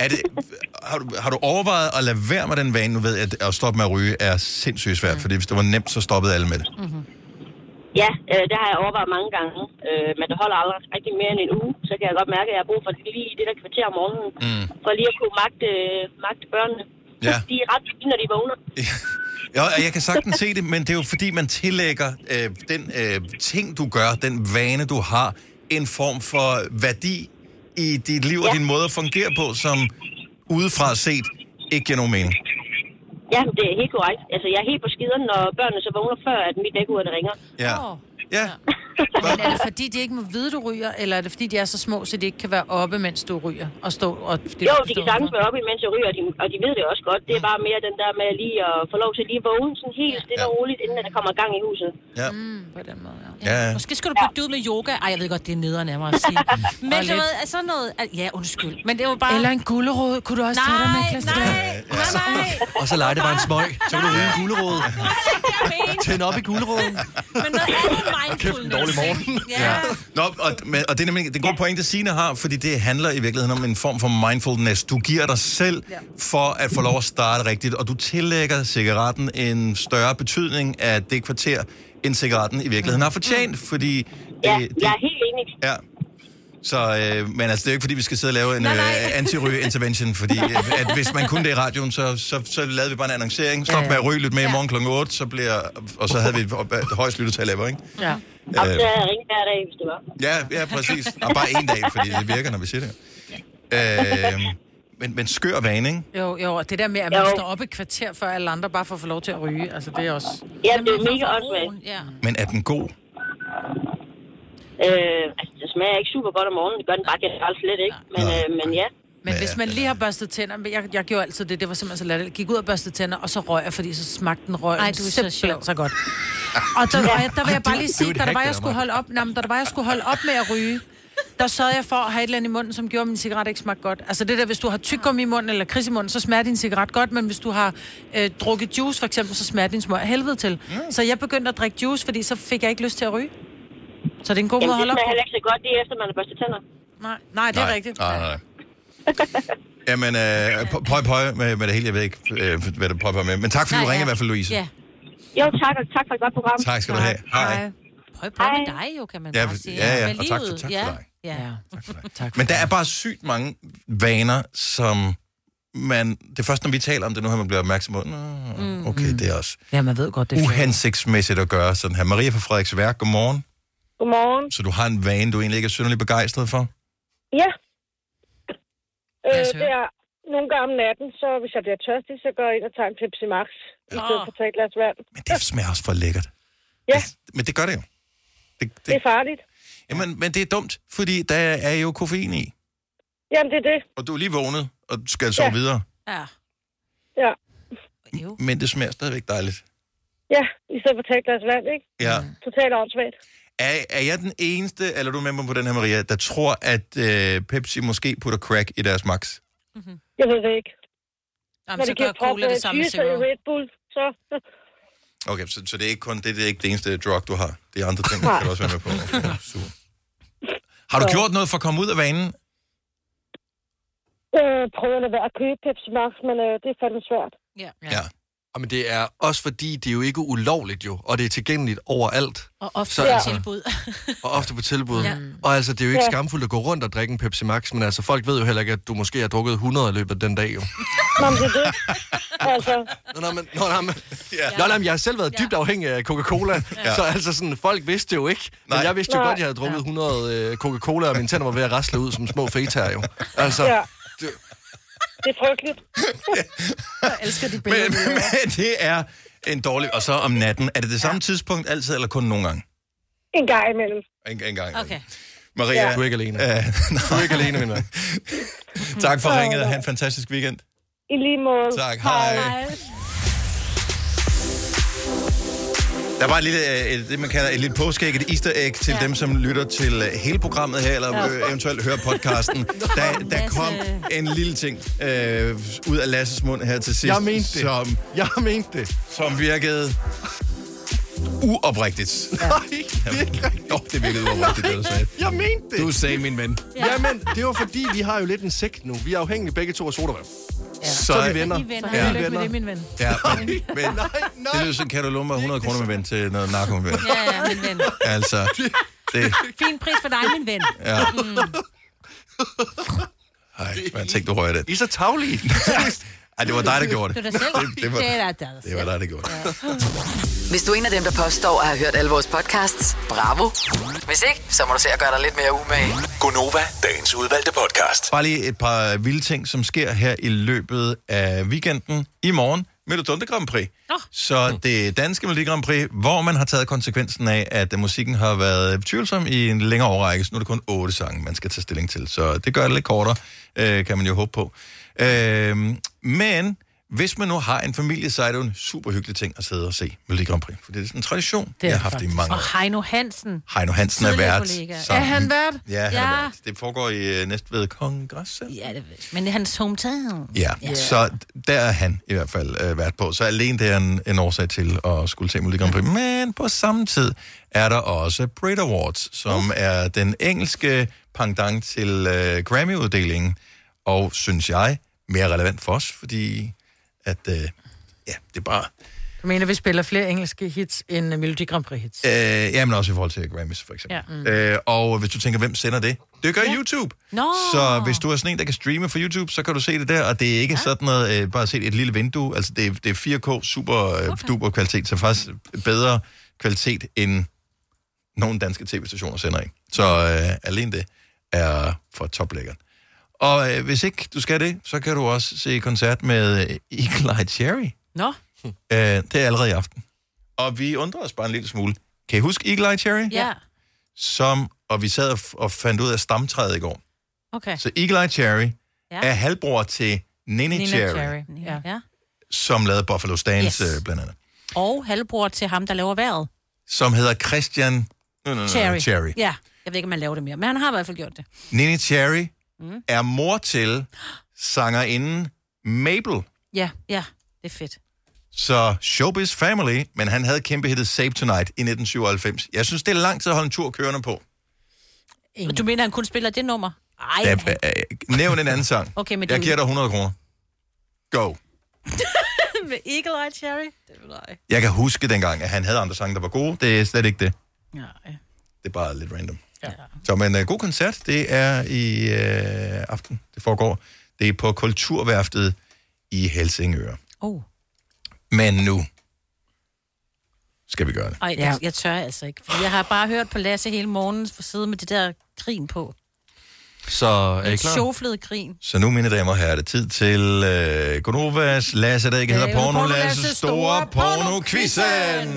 Har du overvejet at lade være med den vane? Nu ved jeg, at stoppe med at ryge er sindssygt svært, fordi hvis det var nemt, så stoppede alle med det. Mm-hmm. Ja, det har jeg overvejet mange gange, men det holder aldrig rigtig mere end en uge, så kan jeg godt mærke, at jeg har brug for lige det der kvarter om morgenen, for lige at kunne magte børnene. Ja. De er ret fine, når de vågner. Ja, jeg kan sagtens se det, men det er jo fordi, man tillægger den ting, du gør, den vane, du har, en form for værdi i dit liv og din måde at fungere på, som udefra set ikke giver nogen mening. Ja, det er helt korrekt. Altså, jeg er helt på skideren, når børnene så vågner før, at mit vækkeur ringer. Ja. Ja. Men er det fordi, de ikke må vide, du ryger, eller er det fordi, de er så små, så de ikke kan være oppe, mens du ryger? Og stå og jo, de kan sagtens være oppe, mens jeg ryger, og de ved det også godt. Det er bare mere den der med lige at få lov til at lige vågne sådan helt stille og roligt, inden der kommer gang i huset. Ja. På den måde, ja. Måske skal du bytte ud med yoga. Ej, jeg ved godt, det er nederen af mig at sige. Men det var sådan noget... Ja, undskyld. Men det var bare... Eller en gulerod. Kunne du også tage dig med, Klasse? Nej. Og så leger det bare en smøg. Så kan du ryge en gulerod. Tænd op i guleroden. Men noget andet mindfulness. Kæft, en dårlig morgen. Ja. Nå, og det er nemlig den gode pointe, Signe har, fordi det handler i virkeligheden om en form for mindfulness. Du giver dig selv for at få lov at starte rigtigt, og du tillægger cigaretten en større betydning af det kvarter, end cigaretten i virkeligheden har fortjent, fordi... Ja, jeg er helt enig. Ja. Så, men altså, det er jo ikke, fordi vi skal sidde og lave en anti-ryge-intervention, fordi at hvis man kunne det i radioen, så lavede vi bare en annoncering. Stop med at ryge lidt med i morgen kl. 8, og så havde vi højst lyttetal ever, ikke? Ja. Og så havde jeg ringet hver dag, hvis det var. Ja, præcis. Og bare en dag, fordi det virker, når vi siger det. Men skør vane, ikke? Jo, og det der med, at man står op et kvarter, før alle andre bare får at få lov til at ryge, altså det er også... Ja, det er mega åndssvagt. Ja. Men er den god? Altså, det smager ikke super godt om morgenen. Det gør den bare generelt slet ikke. Men ja. Men hvis man lige har børstet tænder... Jeg gjorde altid det. Det var simpelthen så latterligt. Gik ud og børstede tænder, og så røg jeg, fordi så smagte den røg. Ej, du er så sjov. Så godt. Og der vil jeg bare lige sige, da der var, jeg skulle holde op... jeg skulle holde op med at ryge, der sørgede jeg for at have et eller andet i munden, som gjorde, at min cigaret ikke smagte godt. Altså det der, hvis du har tyggegummi i munden eller kris i munden, så smager din cigaret godt, men hvis du har drukket juice for eksempel, så smager din smør helvede til. Så jeg begyndte at drikke juice, fordi så fik jeg ikke lyst til at ryge. Så det er en god måde at holde op. Det smager heller ikke så godt, lige efter man har børstet tænder. Nej, det er rigtigt. Nej. Jamen, pøj med det hele. Jeg ved ikke, hvad det pøj med. Men tak, fordi du ringer i hvert fald, Louise. Ja. Jo, tak, og tak for et godt program. Tak skal du have. Hej. Prøv med dig jo, kan man bare sige. Ja, Med og tak livet. for dig. Ja. Men der er bare sygt mange vaner, som man... Det er først, når vi taler om det nu, her man bliver opmærksom på, okay, det er også Ja, man ved godt, det er uhensigtsmæssigt at gøre sådan her. Maria fra Frederiksværk, godmorgen. Godmorgen. Så du har en vane, du egentlig ikke er synderligt begejstret for? Ja. Det er nogle gange om natten, så hvis jeg bliver tørstig, så går jeg ind og tager en Pepsi Max, i stedet for at tage et glas vand. Men det smager også for lækkert. Ja. Men det gør det jo. Det er farligt. Jamen, men det er dumt, fordi der er jo koffein i. Jamen, det er det. Og du er lige vågnet, og du skal sove videre. Ja. Ja. Men det smager stadigvæk dejligt. Ja, i stedet for at tage et glas vand, ikke? Ja. Totalt åndssvagt. Er jeg den eneste, eller er du med mig på den her, Maria, der tror, at Pepsi måske putter crack i deres max? Mm-hmm. Jeg ved det ikke. Jamen, så gør Cola det samme Zero. Red Bull, så... Okay, så det er ikke kun det er ikke det eneste drug, du har. Det er andre ting, du kan også være med på. Okay, super. Har du gjort noget for at komme ud af vanen? Prøver at være at købe Pepsi Max, men det er fandme svært. Ja. Men det er også fordi, det er jo ikke ulovligt jo, og det er tilgængeligt overalt. Og ofte så, på tilbud. Og ofte på tilbud. Ja. Og altså, det er jo ikke skamfuldt at gå rundt og drikke en Pepsi Max, men altså, folk ved jo heller ikke, at du måske har drukket 100 i løbet af den dag jo. Nå, men det er det. Altså... Nå, jeg har selv været dybt afhængig af Coca-Cola, så altså sådan, folk vidste det jo ikke. Men jeg vidste jo godt, at jeg havde drukket 100 Coca-Cola, og mine tænder var ved at rasle ud som små fetaer jo. Altså... Ja. Det er frygteligt. Jeg elsker de billeder. Men det er en dårlig... Og så om natten. Er det det samme tidspunkt altid, eller kun nogle gange? En gang imellem. En gang imellem. Okay. Maria... Du er ikke alene. Du er ikke alene, min ven. Tak for ringet, og have en fantastisk weekend. I lige måde. Tak, hej. Der var det, man kalder et lille påskeæg, et easter egg til dem, som lytter til hele programmet her, eller eventuelt hører podcasten. Der kom en lille ting ud af Lasses mund her til sidst. Jeg mente det. Som virkede uoprigtigt. Nej, det er ikke rigtigt. Det virkede uoprigtigt, det du sagde. Jeg mente det. Du sagde, min ven. Jamen, det var fordi, vi har jo lidt en sekt nu. Vi er afhængige begge to af sodavand. Ja. Så er vi venner. Ja. Lykke med det, min ven. Ja, men det lyder sådan, kan du låne mig 100 kroner med ven til noget narko med ven? Ja, min ven. Altså, det... Fin pris for dig, min ven. Ja. Ej, man tænkte, du rører det. I er så tavlige. Ej, det var dig, der gjorde det. Det var dig selv. Det var dig, der gjorde det. Hvis du er en af dem, der påstår at have hørt alle vores podcasts, bravo. Hvis ikke, så må du se at gøre dig lidt mere umage. Gonova, dagens udvalgte podcast. Bare lige et par vilde ting, som sker her i løbet af weekenden. I morgen, Melodi Grand Prix. Så det danske Melodi Grand Prix, hvor man har taget konsekvensen af, at musikken har været tvivlsom i en længere årrække. Så nu er det kun 8 sange, man skal tage stilling til. Så det gør det lidt kortere, kan man jo håbe på. Men hvis man nu har en familie, så er det jo en super hyggelig ting at sidde og se Melodi Grand Prix. For det er sådan en tradition, jeg har haft i mange år. Og Heino Hansen. Heino Hansen er vært. Er han vært? Ja, han er vært. Det foregår i Næstved Kongress. Ja, det ved. Men det er hans hometown. Ja, så der er han i hvert fald vært på. Så alene det er en årsag til at skulle se Melodi Grand Prix. Men på samme tid er der også Brit Awards, som er den engelske pendant til Grammy-uddelingen. Og synes jeg, mere relevant for os, fordi at, det er bare... Du mener, vi spiller flere engelske hits end Melodi Grand Prix hits? Men også i forhold til Grammys, for eksempel. Ja. Og hvis du tænker, hvem sender det? Det gør YouTube. Så hvis du er sådan en, der kan streame for YouTube, så kan du se det der, og det er ikke sådan noget, bare se et lille vindue. Altså, det er 4K, super duper kvalitet, så faktisk bedre kvalitet, end nogle danske tv-stationer sender i. Så alene det er for toplækkert. Og hvis ikke du skal det, så kan du også se koncert med Eagle Eye Cherry. Nå. Det er allerede i aften. Og vi undrer os bare en lille smule. Kan I huske Eagle Eye Cherry? Ja. Og vi sad og fandt ud af stamtræet i går. Okay. Så Eagle Eye Cherry er halvbror til Nene Cherry. Ja. Som lavede Buffalo Stance blandt andet. Og halvbror til ham, der laver vejret. Som hedder Christian Cherry. Ja, jeg ved ikke, om man laver det mere, men han har i hvert fald gjort det. Nene Cherry er mor til sangerinden Mabel. Ja, det er fedt. Så Showbiz Family, men han havde kæmpe hittet Save Tonight i 1997. Jeg synes, det er lang tid at holde en tur kørende på. Du mener, han kun spiller det nummer? Ej. Nævn en anden sang. Okay, men jeg giver dig 100 kroner. Go. Med Eagle Eye Cherry? Nej. Jeg kan huske dengang, at han havde andre sange, der var gode. Det er slet ikke det. Nej. Det er bare lidt random. Ja. Så men god koncert, det er i aften. Det foregår. Det er på Kulturværftet i Helsingør. Men nu skal vi gøre det. Ej, jeg tør altså ikke. For jeg har bare hørt på Lasse hele morgenen for sidde med det der grin på. Så er I Et klar? sjoflet grin. Så nu, mine damer og herrer, er det tid til Gonovas Lasse, der ikke hedder Porno Lasses store porno-quizzen.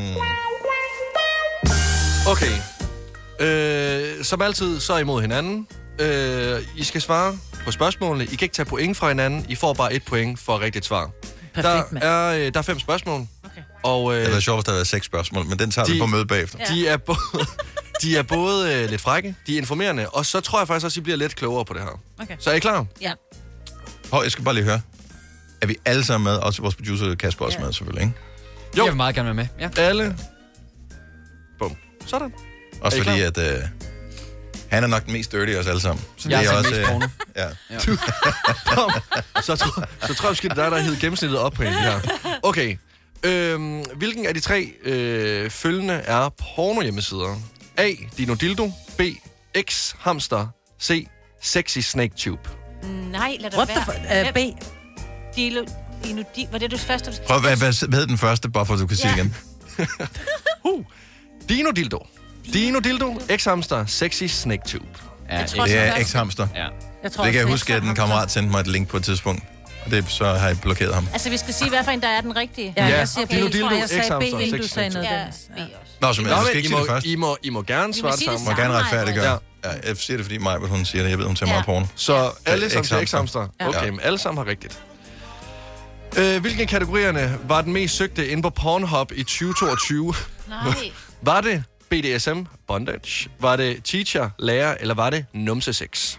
Okay. Som altid, så er I imod hinanden. I skal svare på spørgsmålene. I kan ikke tage point fra hinanden. I får bare 1 point for rigtigt svar. Perfekt, der er 5 spørgsmål. Okay. Og, det er sjovt, hvis der er 6 spørgsmål, men den tager vi på møde bagefter. Ja. De er både lidt frække, de er informerende, og så tror jeg faktisk også, I bliver lidt klogere på det her. Okay. Så er I klar? Ja. Jeg skal bare lige høre. Er vi alle sammen med? Også vores producer Kasper også med, selvfølgelig, ikke? Jo. Jeg vil meget gerne være med. Ja. Alle. Bum. Sådan. Også fordi, at han er nok den mest dirty af os alle sammen. Så jeg det er er også mest porno. Ja. Så tror jeg måske, det er der hedder gennemsnittet op på en her. Okay. Hvilken af de 3 følgende er porno-hjemmesider? A. Dino Dildo. B. X Hamster. C. Sexy Snake Tube. Nej, lad det What være. B? Var det første? Prøv hvad hed den første, bare for at du kan sige igen? Dino Dildo. Dino Dildo, X-Hamster, Sexy Snake Tube. Ja, det er X-Hamster. Ja. Det kan jeg huske, at en kammerat sendte mig et link på et tidspunkt. Og det, så har jeg blokeret ham. Altså, vi skal sige, hvad for en, der er den rigtige. Ja, jeg siger Dino B. Dildo, Jeg sagde B, X-Hamster, inden du Sexy sagde Snake noget. Tube. Nå, så jeg skal ikke sige det først. I må gerne svare det sammen. Må gerne retfærdiggøre. Ja. Ja, jeg siger det, fordi Maja, hun siger det. Jeg ved, hun ser meget porno. Så alle sammen til X-Hamster. X-Hamster. Okay, men alle sammen har rigtigt. Hvilke kategorierne var den mest søgte inde på Pornhub i 2022? Nej. Var det BDSM, bondage? Var det teacher, lærer, eller var det numsesex?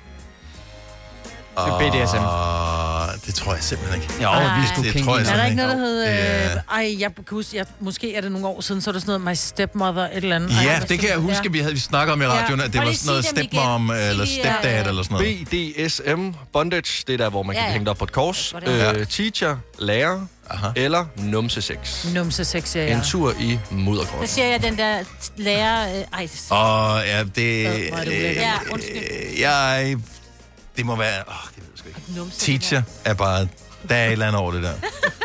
BDSM. Det tror jeg simpelthen ikke. Jo, vi skulle det tror jeg Er der ikke simpelthen noget, der hedder... jeg kan huske, måske er det nogle år siden, så er der sådan noget My Stepmother, et eller andet. Ja, det kan jeg huske, vi snakker om i radioen, at det var sådan noget stepmom eller stepdad eller sådan noget. BDSM, bondage, det er der, hvor man kan hænge op på et kors. Teacher, lærer, eller numsesex. Numsesex, ja. En tur i muddergrøn. Så siger jeg den der lærer... Ja, det... Ja, undskyld. Det må være... det ved jeg sgu ikke. Teacher er bare... Der er et eller andet over det der.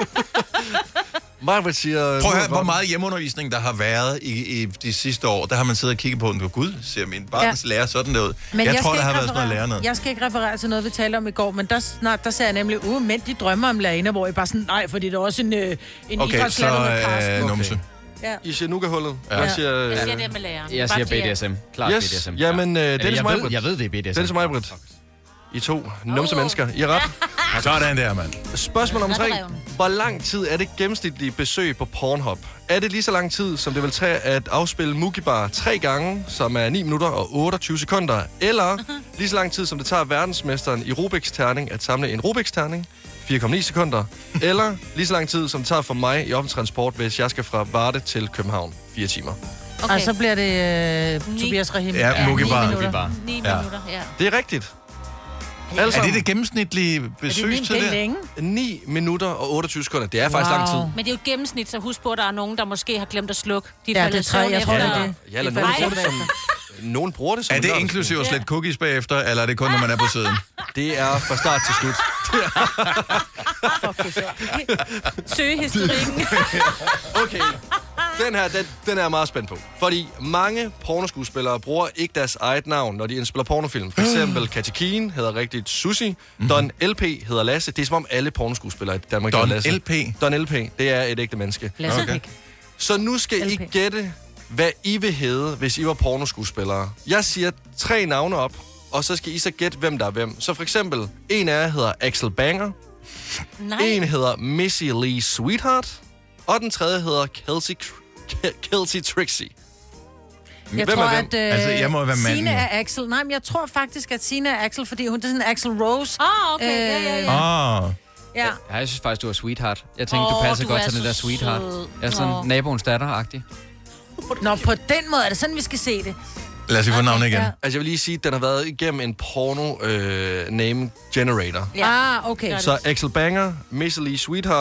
Marvitt siger... Prøv at høre, hvor meget hjemmeundervisning der har været i de sidste år. Der har man siddet og kigget på den. Gud, ser min barns lærer sådan der ud. Men jeg tror, der har været sådan noget lærer noget. Jeg skal ikke referere til noget, vi talte om i går, men der sagde jeg nemlig, mænd, de drømmer om lærerne, hvor jeg bare sådan, nej, fordi det er også en idrætslærer med Karsten. Numse. Ja. I siger nuka-hullet. Ja. Jeg siger det med lærer. Jeg siger BDSM. Klart BDSM. Jamen, Dennis Majbrit. Jeg ved, det er BDSM. Dennis Majbrit. I 2 numse mennesker. I er ret. Sådan der, mand. Spørgsmål nummer 3. Hvor lang tid er det gennemsnitlige besøg på Pornhub? Er det lige så lang tid, som det vil tage at afspille Mugibar 3 gange, som er 9 minutter og 28 sekunder? Eller lige så lang tid, som det tager verdensmesteren i Rubik's-terning at samle en Rubik's-terning? 4,9 sekunder. Eller lige så lang tid, som det tager for mig i offentlig transport, hvis jeg skal fra Varde til København. 4 timer. Okay. Og så bliver det Tobias Rahim. Ja, Mugibar. 9 minutter, ja. Det er rigtigt. Er det det gennemsnitlige besøgstid? Det er længe. 9 minutter og 28 sekunder. Det er faktisk lang tid. Men det er jo gennemsnit, så husk på, at der er nogen, der måske har glemt at slukke. Det er 3, jeg tror, det er det. Ja, eller nogen bruger det som... Nogen bruger det som... Er det inklusive at slette cookies bagefter, eller er det kun, når man er på siden? Det er fra start til slut. Søgehistorikken. Okay. Den er jeg meget spændt på. Fordi mange pornoskuespillere bruger ikke deres eget navn, når de indspiller pornofilm. For eksempel Katja Keen hedder rigtigt Susie. Don LP hedder Lasse. Det er som om alle pornoskuespillere i Danmark hedder Lasse. LP? Don LP. Det er et ægte menneske. Lasse okay. Så nu skal I gætte, hvad I vil hedde, hvis I var pornoskuespillere. Jeg siger 3 navne op, og så skal I så gætte, hvem der er hvem. Så for eksempel, en af jer hedder Axel Banger. Nej. En hedder Missy Lee Sweetheart. Og den tredje hedder Kelsey Trixie. Jeg tror, at jeg må være manden. Signe er Axel. Nej, men jeg tror faktisk, at Signe er Axel, fordi hun er sådan Axel Rose. Okay. Ja. Jeg synes faktisk, du er sweetheart. Jeg tænkte, du passer godt til den der sweetheart. Jeg er sådan naboens datter-agtig. Nå, på den måde er det sådan, vi skal se det. Lad os lige få navnet igen. Altså, jeg vil lige sige, at den har været igennem en porno name generator. Ja. Okay. Så Axel Banger, Missy Lee Sweetheart,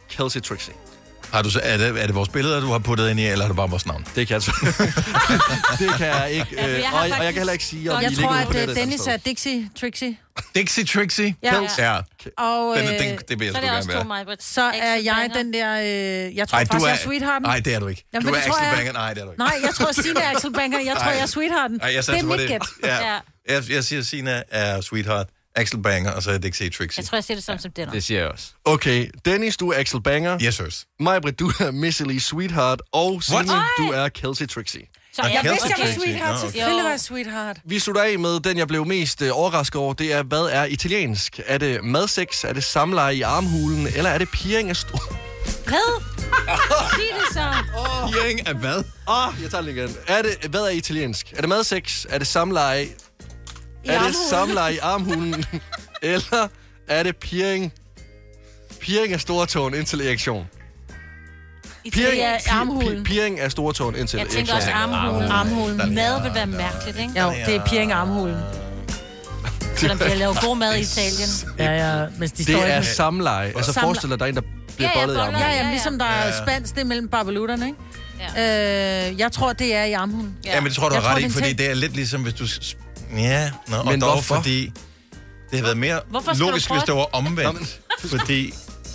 Kelsey Trixie. Er det vores billeder, du har puttet ind i, eller er det bare vores navn? Det kan jeg det kan jeg ikke. Og jeg kan heller ikke sige, om jeg tror, at Dennis er Dixie Trixie. Dixie Trixie? Ja. Og det bliver jeg sgu gerne være. Så er jeg den der... jeg tror faktisk, jeg er Sweethearten. Nej, det er du ikke. Jamen, du er Axel Banger. Nej, det er du ikke. Nej, jeg tror, Signe er Axel Banger. Jeg tror, jeg er Sweethearten. Nej, det er mit gæt. Ja. Jeg siger, Signe er Sweetheart. Axel Banger, og så er Dixie Trixie. Jeg tror, jeg siger det samme som Dennis. Det siger jeg også. Okay, Dennis, du er Axel Banger. Yes, sirs. Maj-Brit, du er Missy Lee Sweetheart. Og Signe, du er Kelsey Trixie. Så jeg vidste, jeg var Sweetheart. Selvfølgelig var jeg Sweetheart. Vi slutter af med den, jeg blev mest overrasket over. Det er, hvad er italiensk? Er det madsex? Er det samleje i armhulen? Eller er det pirring af Hvad? Sig det så. Pirring af hvad? Jeg tager det igen. Hvad er italiensk? Er det madsex? Er det samleje? Er det samleje i armhulen? Eller er det pirring af stortåen indtil erektion? Pirring af stortåen indtil erektion. Jeg tænker også armhulen. Mad vil være mærkeligt, ikke? Jo, det er pirring af armhulen. Selvom de har lavet god mad i Italien. Ja, mens de står det er samleje. Altså forestil dig, der er en, der bliver bollet i armhulen. Ja, ligesom der er spansk, det er mellem barbelutterne, ikke? Ja. Jeg tror, det er i armhulen. Ja, men det tror du er ret i, fordi det er lidt ligesom, hvis du... Ja, men dog hvorfor? Fordi det har været mere logisk, hvis det var omvendt. Fordi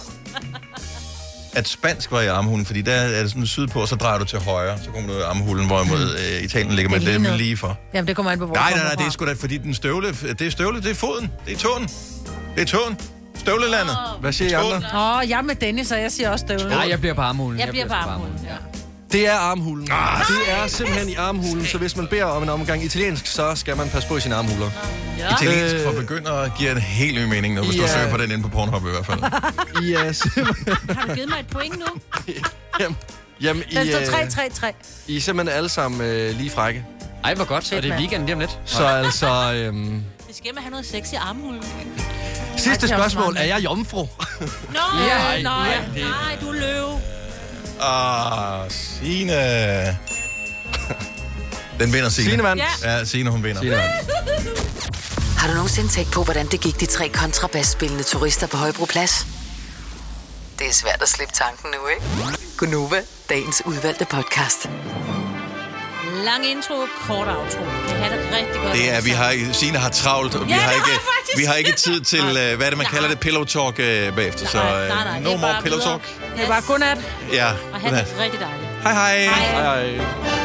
at spansk var i armhulen, fordi der er det sådan sydpå, og så drejer du til højre, så kommer du ud af armhulen, hvorimod Italien ligger med dem lige for. Jamen, det kommer an på, hvor Nej, det er sgu da, fordi den støvle, det er foden, det er tåen. Det er tåen. Støvlelandet. Hvad siger I andre? Jeg er med Dennis, og jeg siger også støvle. Nej, jeg bliver på armhulen. Jeg bliver på armhulen, ja. Det er armhulen. Det er simpelthen i armhulen, så hvis man beder om en omgang italiensk, så skal man passe på i sine armhuler. Ja. Italiensk for begyndere giver en helt ny mening, når du står og søger på den inde på Pornhub i hvert fald. Ja, simpelthen. Har du givet mig et point nu? Jamen, den står 3-3-3. I er simpelthen alle sammen lige frække. Ej, hvor godt. Og det er weekend lige om lidt. Så altså... Vi skal have noget sex i armhulen. Sidste spørgsmål. Er jeg jomfru? Nej, du er løve. Signe. Den vinder Signe. Signe vandt. Ja, Signe, hun vinder. Har du nogensinde tænkt på, hvordan det gik de 3 kontrabasspillende turister på Højbroplads? Det er svært at slippe tanken nu, ikke? Gunova, dagens udvalgte podcast. Lang intro, kort outro. Vi har det rigtig godt. Det er, Signe har travlt, og vi har ikke tid til, hvad er det, man kalder det, pillow talk bagefter. Så no more pillow talk. Det er bare godnat. Ja, og have det rigtig dejligt. Hej hej. Hej hej.